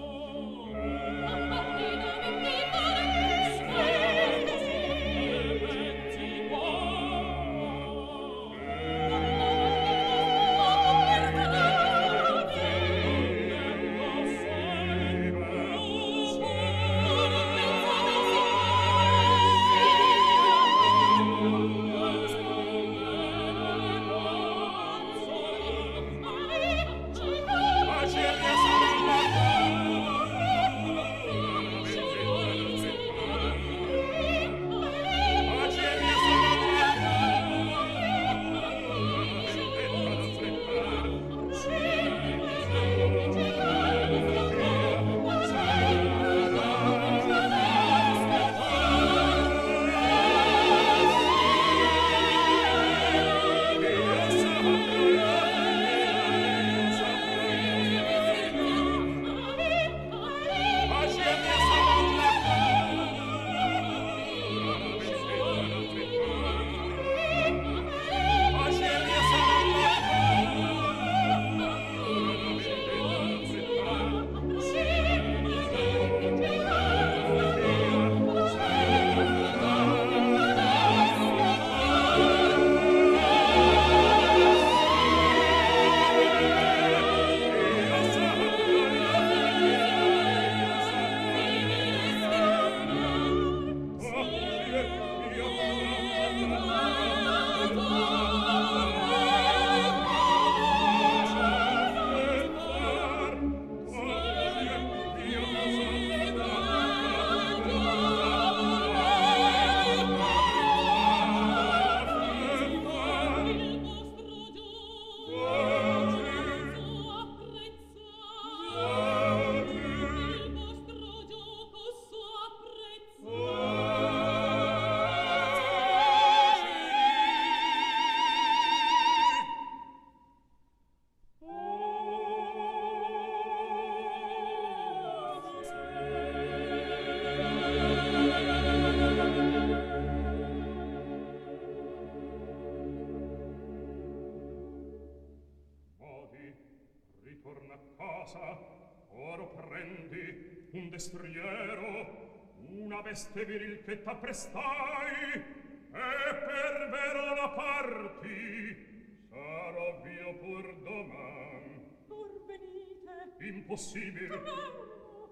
cosa? Oro prendi un destriero, una veste viril che t'apprestai, e per vero la parti sarò via pur doman. Or venite. Impossibile. Tremmo.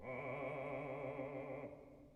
Ah.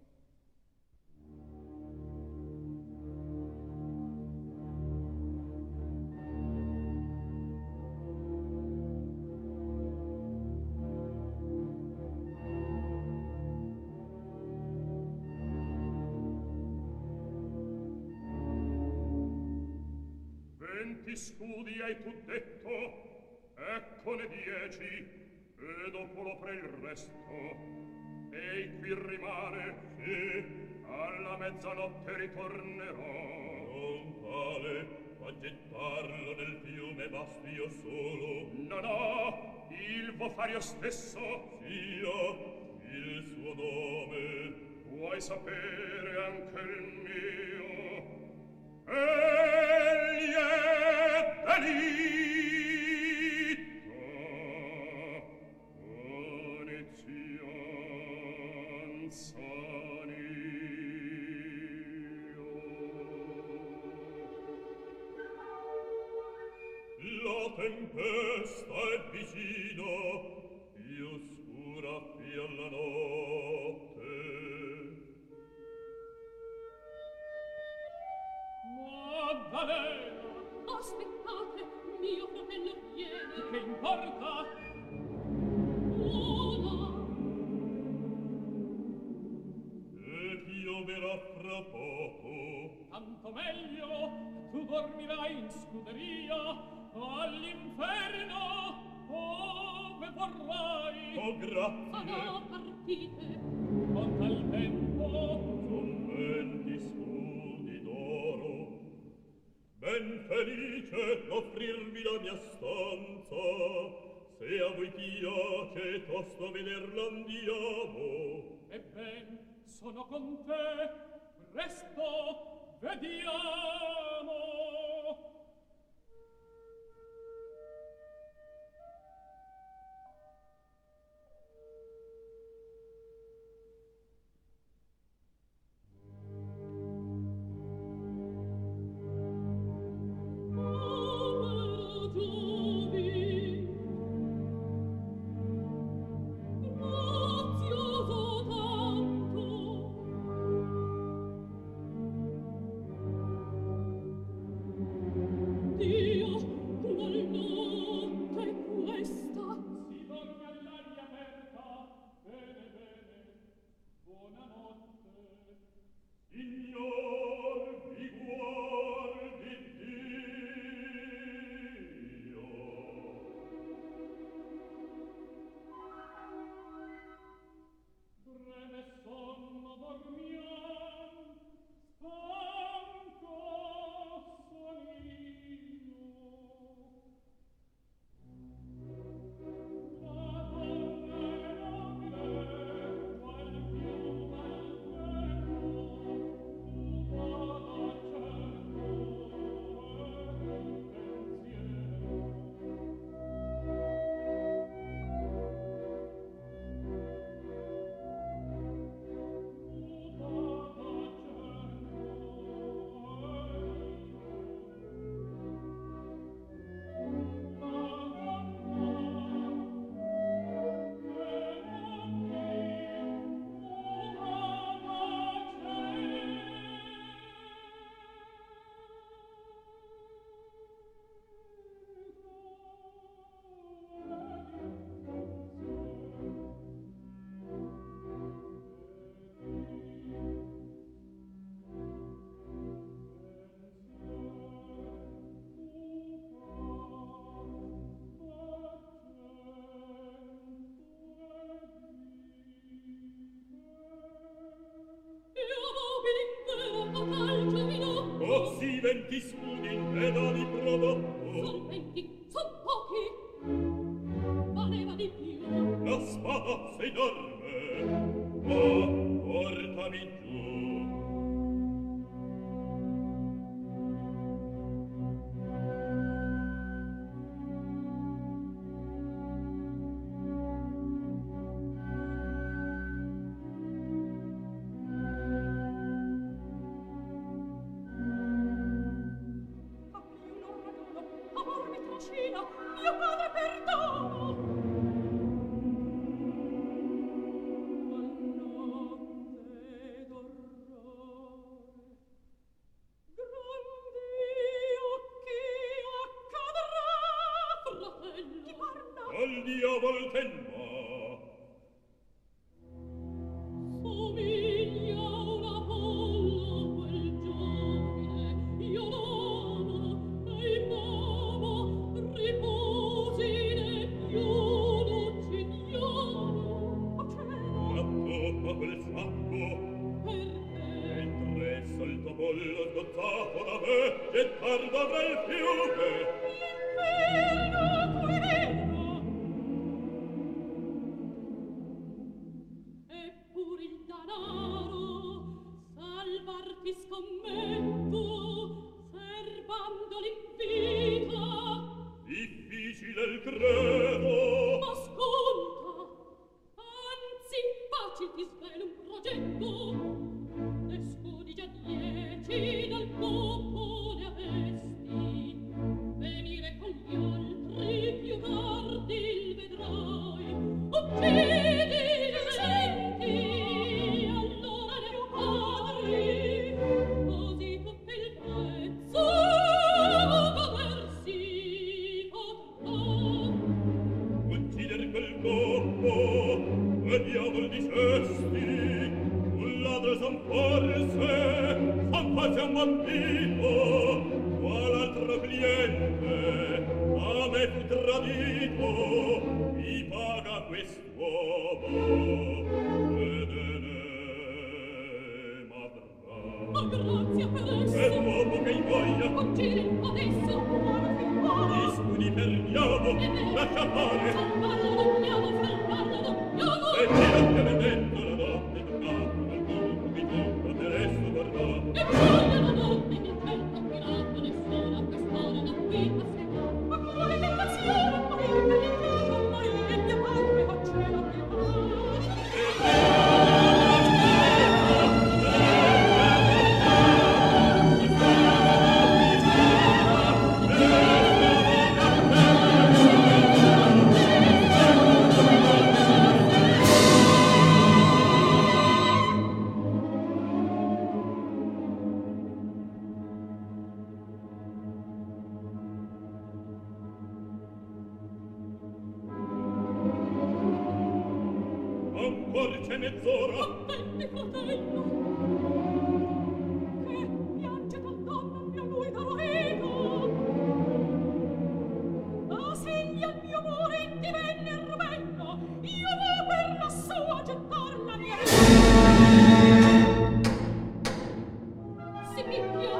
Venti scudi hai tu detto, eccone dieci, e dopo lo pre il resto. Ei qui rimane, sì, alla mezzanotte ritornerò. Non vale a gettarlo nel fiume basti io solo. No, no, il vo far io stesso. Sia il suo nome. Vuoi sapere anche il mio? Egli è delitto, onizion son io. La tempesta è vicina, più scura fia la notte. Maddalena, Aspettate, mio fratello viene. che importa? Ora. E pioverà fra poco. Tanto meglio, tu dormirai in scuderia all'inferno, ove vorrai. Oh, grazie. Sarà partite. Con tal tempo, Son venti scudi d'oro. Ben felice d'offrirvi la mia stanza. Se a voi piace, tosto vederla andiamo. ebben, sono con te, presto vediamo. Povero Giubi, grazioso tanto. Dio, qual notte questa? Si dorme all'aria aperta, bene, bene, buonanotte. Signor, vi guardi Dio. Breve sonno dormiam, stanco son io. La donna è nobile, qual più bel vero, tu vada certo e il pensiero. Oh, sì, venti scudi ed ali prodotto. Son venti, son pochi. Valeva di più. La spada sei enorme. Ma portami giù. vicina, mio padre perdono. Al diavol tenma. Somiglia un Apollo quel giovine, io l'amo e immamo, riposi né più lucidiano. O cielo! L'attoppa quel sacco. Perché? Mentre il saltapollo sgozzato da me gettar dovrà il fiume. L'inferno quella! Eppur il danaro salvarti scommetto, serbando l'invita. Difficile il credo. Ma ascolta, anzi facil ti svelo un progetto. Ne scudi già dieci dal corpo ne avesti. Venire con gli altri più tardi il vedrai. Uccidi senti, allora ne padri, così tutto il prezzo godersi potrà. Uccider quel corpo, e diavol dicesti, un ladro son forse, son quasi un bambino, qual altro cliente a me fu tradito, mi paga quest'uomo, ed ne m'avrà. Ma grazie per esso. E dopo che in voglia, Uccidi adesso, buono figliuolo. gli scudi perdiamo, lascia fare. Salvarlo dobbiamo, salvarlo dobbiamo. E chi non te ne metto la notte toccato, al mondo mi tocca per esso guardare. E voglio la notte che il vento affinato nessuna quest'ora da qui a sera. Ma quale tentazione, morire per l'inferno, morire mio padre, o cielo pietà. Ancora c'è mezz'ora. Attenti, fratello, che piange tal donna il mio lui d'Aroeto. Da segni al mio amore divenne rovella, io vo per la sua gettar la mia vita. Si picchia,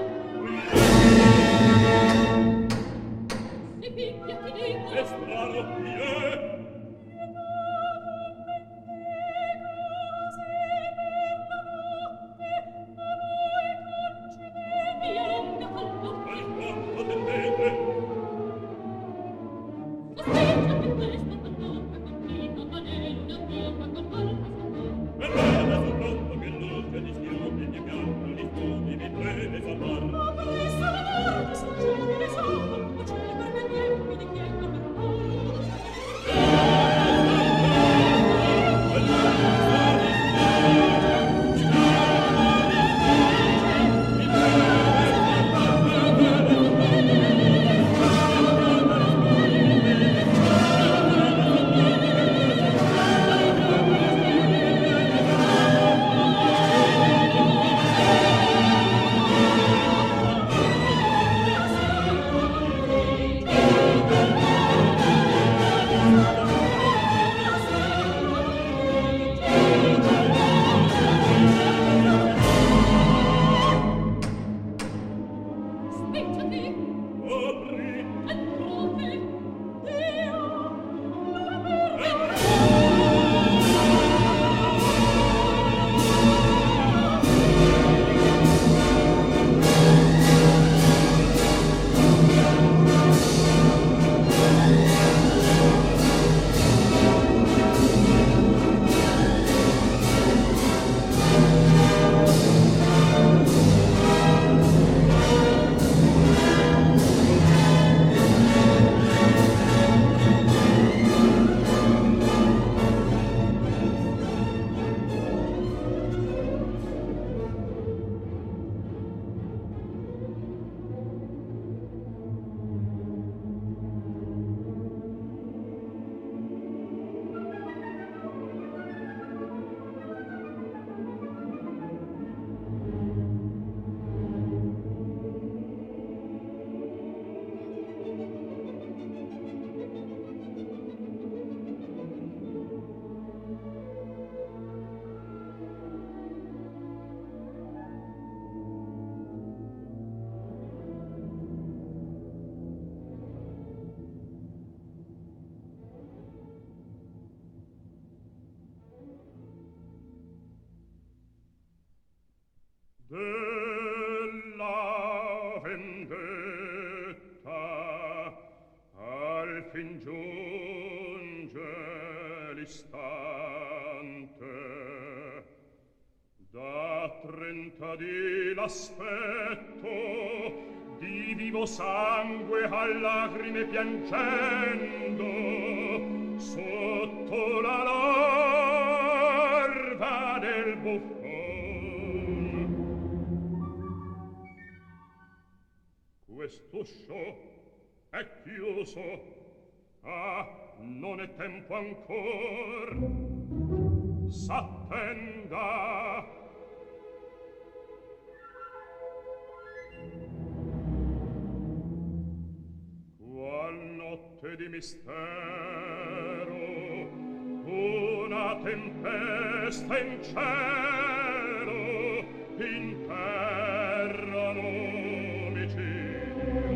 si picchia, ti dico. E strano chi è? Se per la fin giunge l'istante. Da trenta dì l'aspetto, di vivo sangue a lagrime piangendo, sotto la larva del buffon. Quest'uscio è chiuso, ah, non è tempo ancor, s'attenda. Qual notte di mistero, una tempesta in cielo, in terra l'omicidio.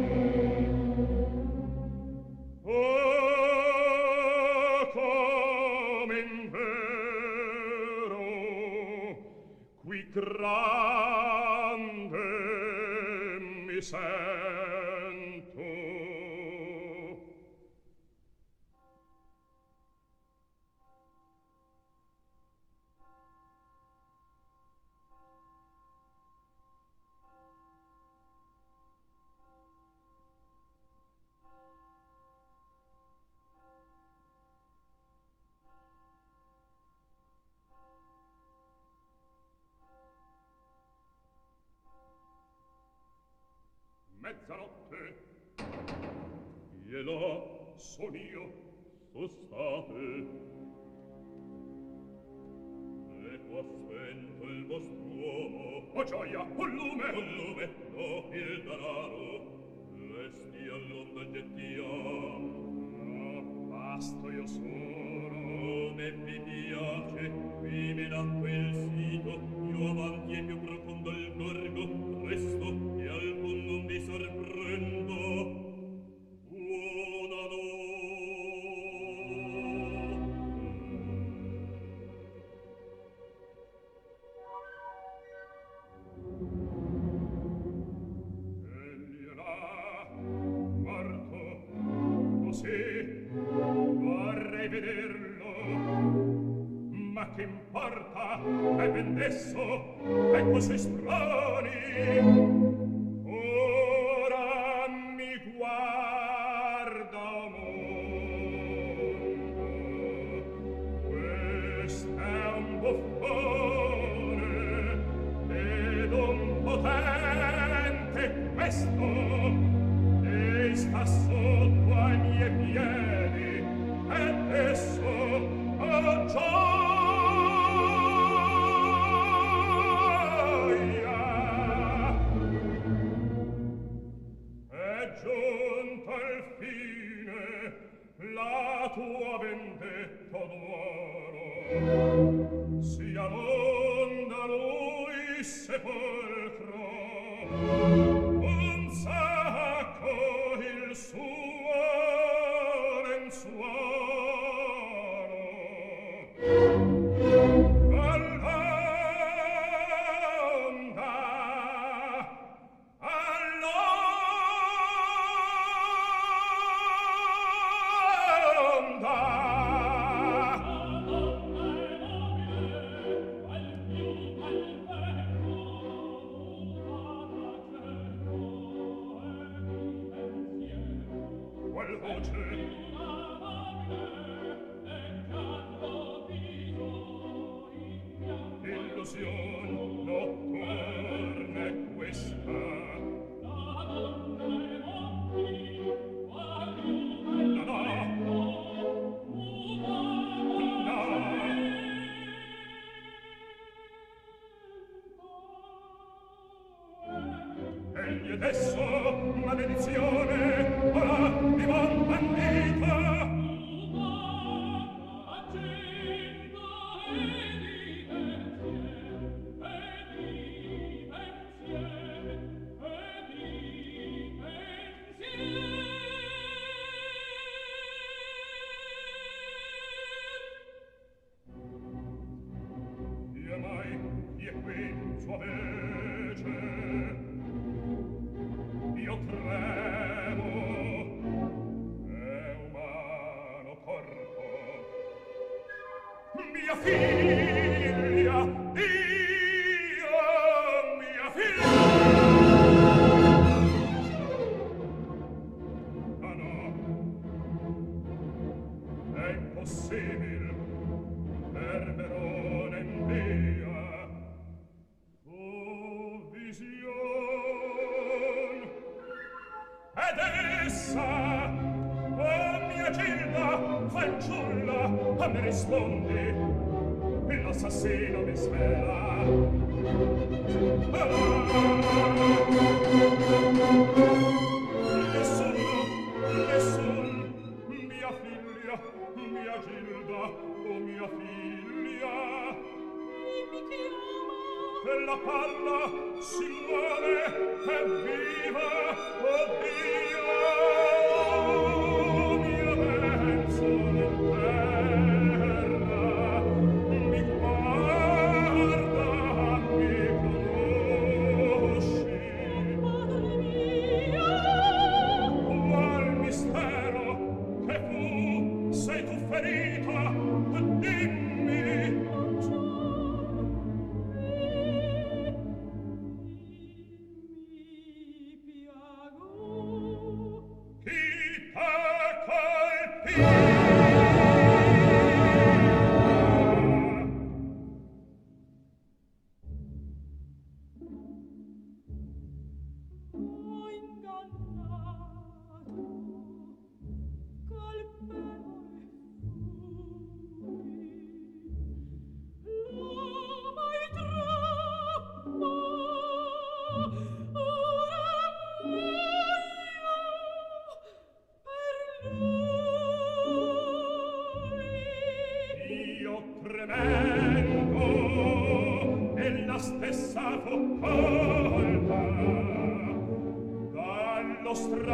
Oh, come in vero, qui grande mi sento. Mezzanotte, e là son io, sostate. Ecco spento il vostr'uomo. Oh gioia, un lume! Un lume, no, il danaro. Resti all'onda gettiam. No, basto io solo. Me vi piace, qui me nacque il sito. Io avanti e più profondo il gorgo. Resto e al fondo non vi sorprendo. Buona Egli è là, morto, così, vorrei vederlo. Ma che importa, è ben desso, ecco suoi sproni. Ora mi guarda mondo, questo è un buffone ed un potente questo, e sta sotto ai miei piedi, ed esso oh gioia. Giunto al fine la tua vendetta d'oro, sia l'onda lui sepolcro, un sacco il suo lenzuolo. Io tremo, è umano. mia figlia, Dio, mia figlia. Ah no, è impossibile, per Verona in via. Oh, vision, ed essa, oh mia Gilda, fanciulla, a me rispondi, l'assassino mi svela. Ah, nessuno, nessun, mia figlia, mia Gilda, oh mia figlia. Mi chiama. E la palla si muove, è viva, oh Dio, mia menzogna in terra, mi guarda, mi conosci. Madre mia. Qual mistero che fu, sei tu ferita, dimmi. Non c'è. Mi piago. Chi t'ha colpito? Ho ingannato, colpevole fui, l'amo è troppo, ora muoio per lui. Io tremendo e la stessa fu colpa dallo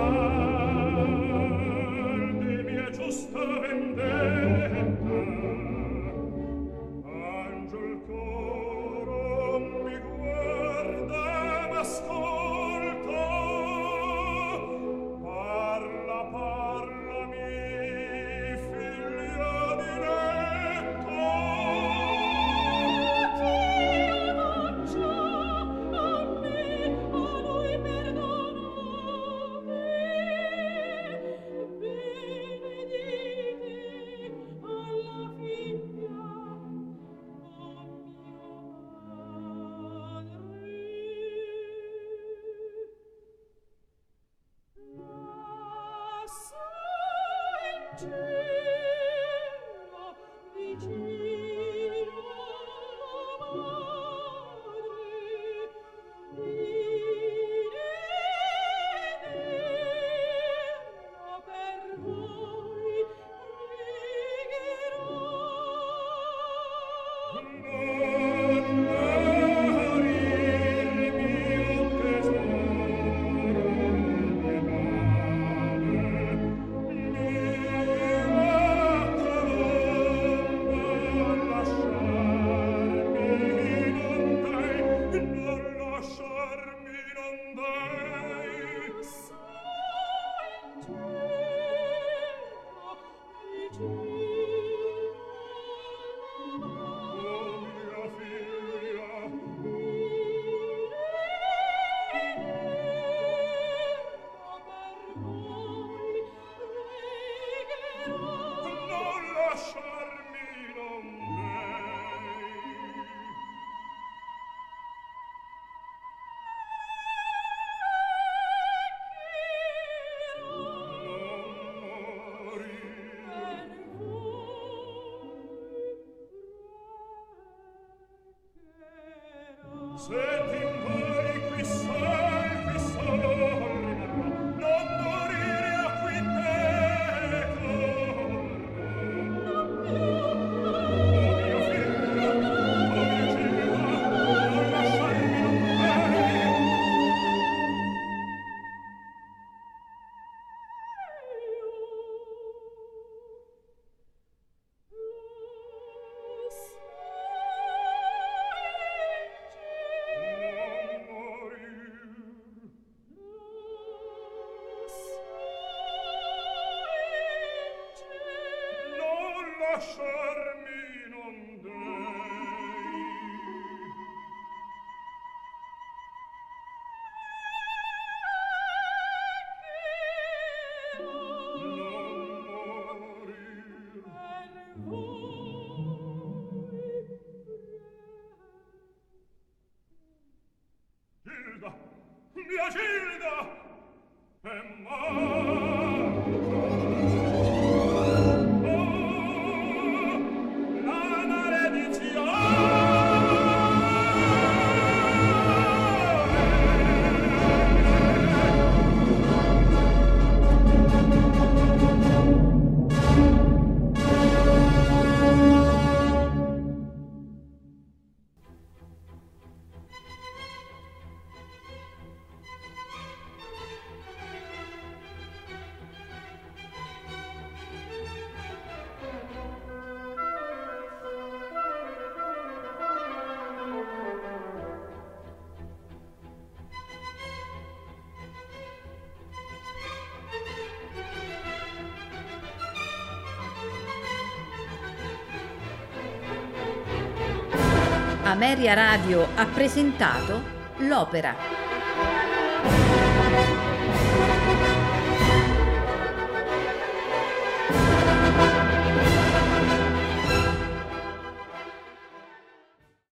strar di mia giusta vendetta. Angel coro mi guarda m'ascolta, parla, parlami, figlia diletta. Dio faccia a me, a lui perdonami. Benedite alla figlia, a mia madre. Lassù in cielo, vicino alla madre, in eterno per voi pregherò. Non morir mio tesoro, lasciarmi non Ameria Radio ha presentato L'Opera.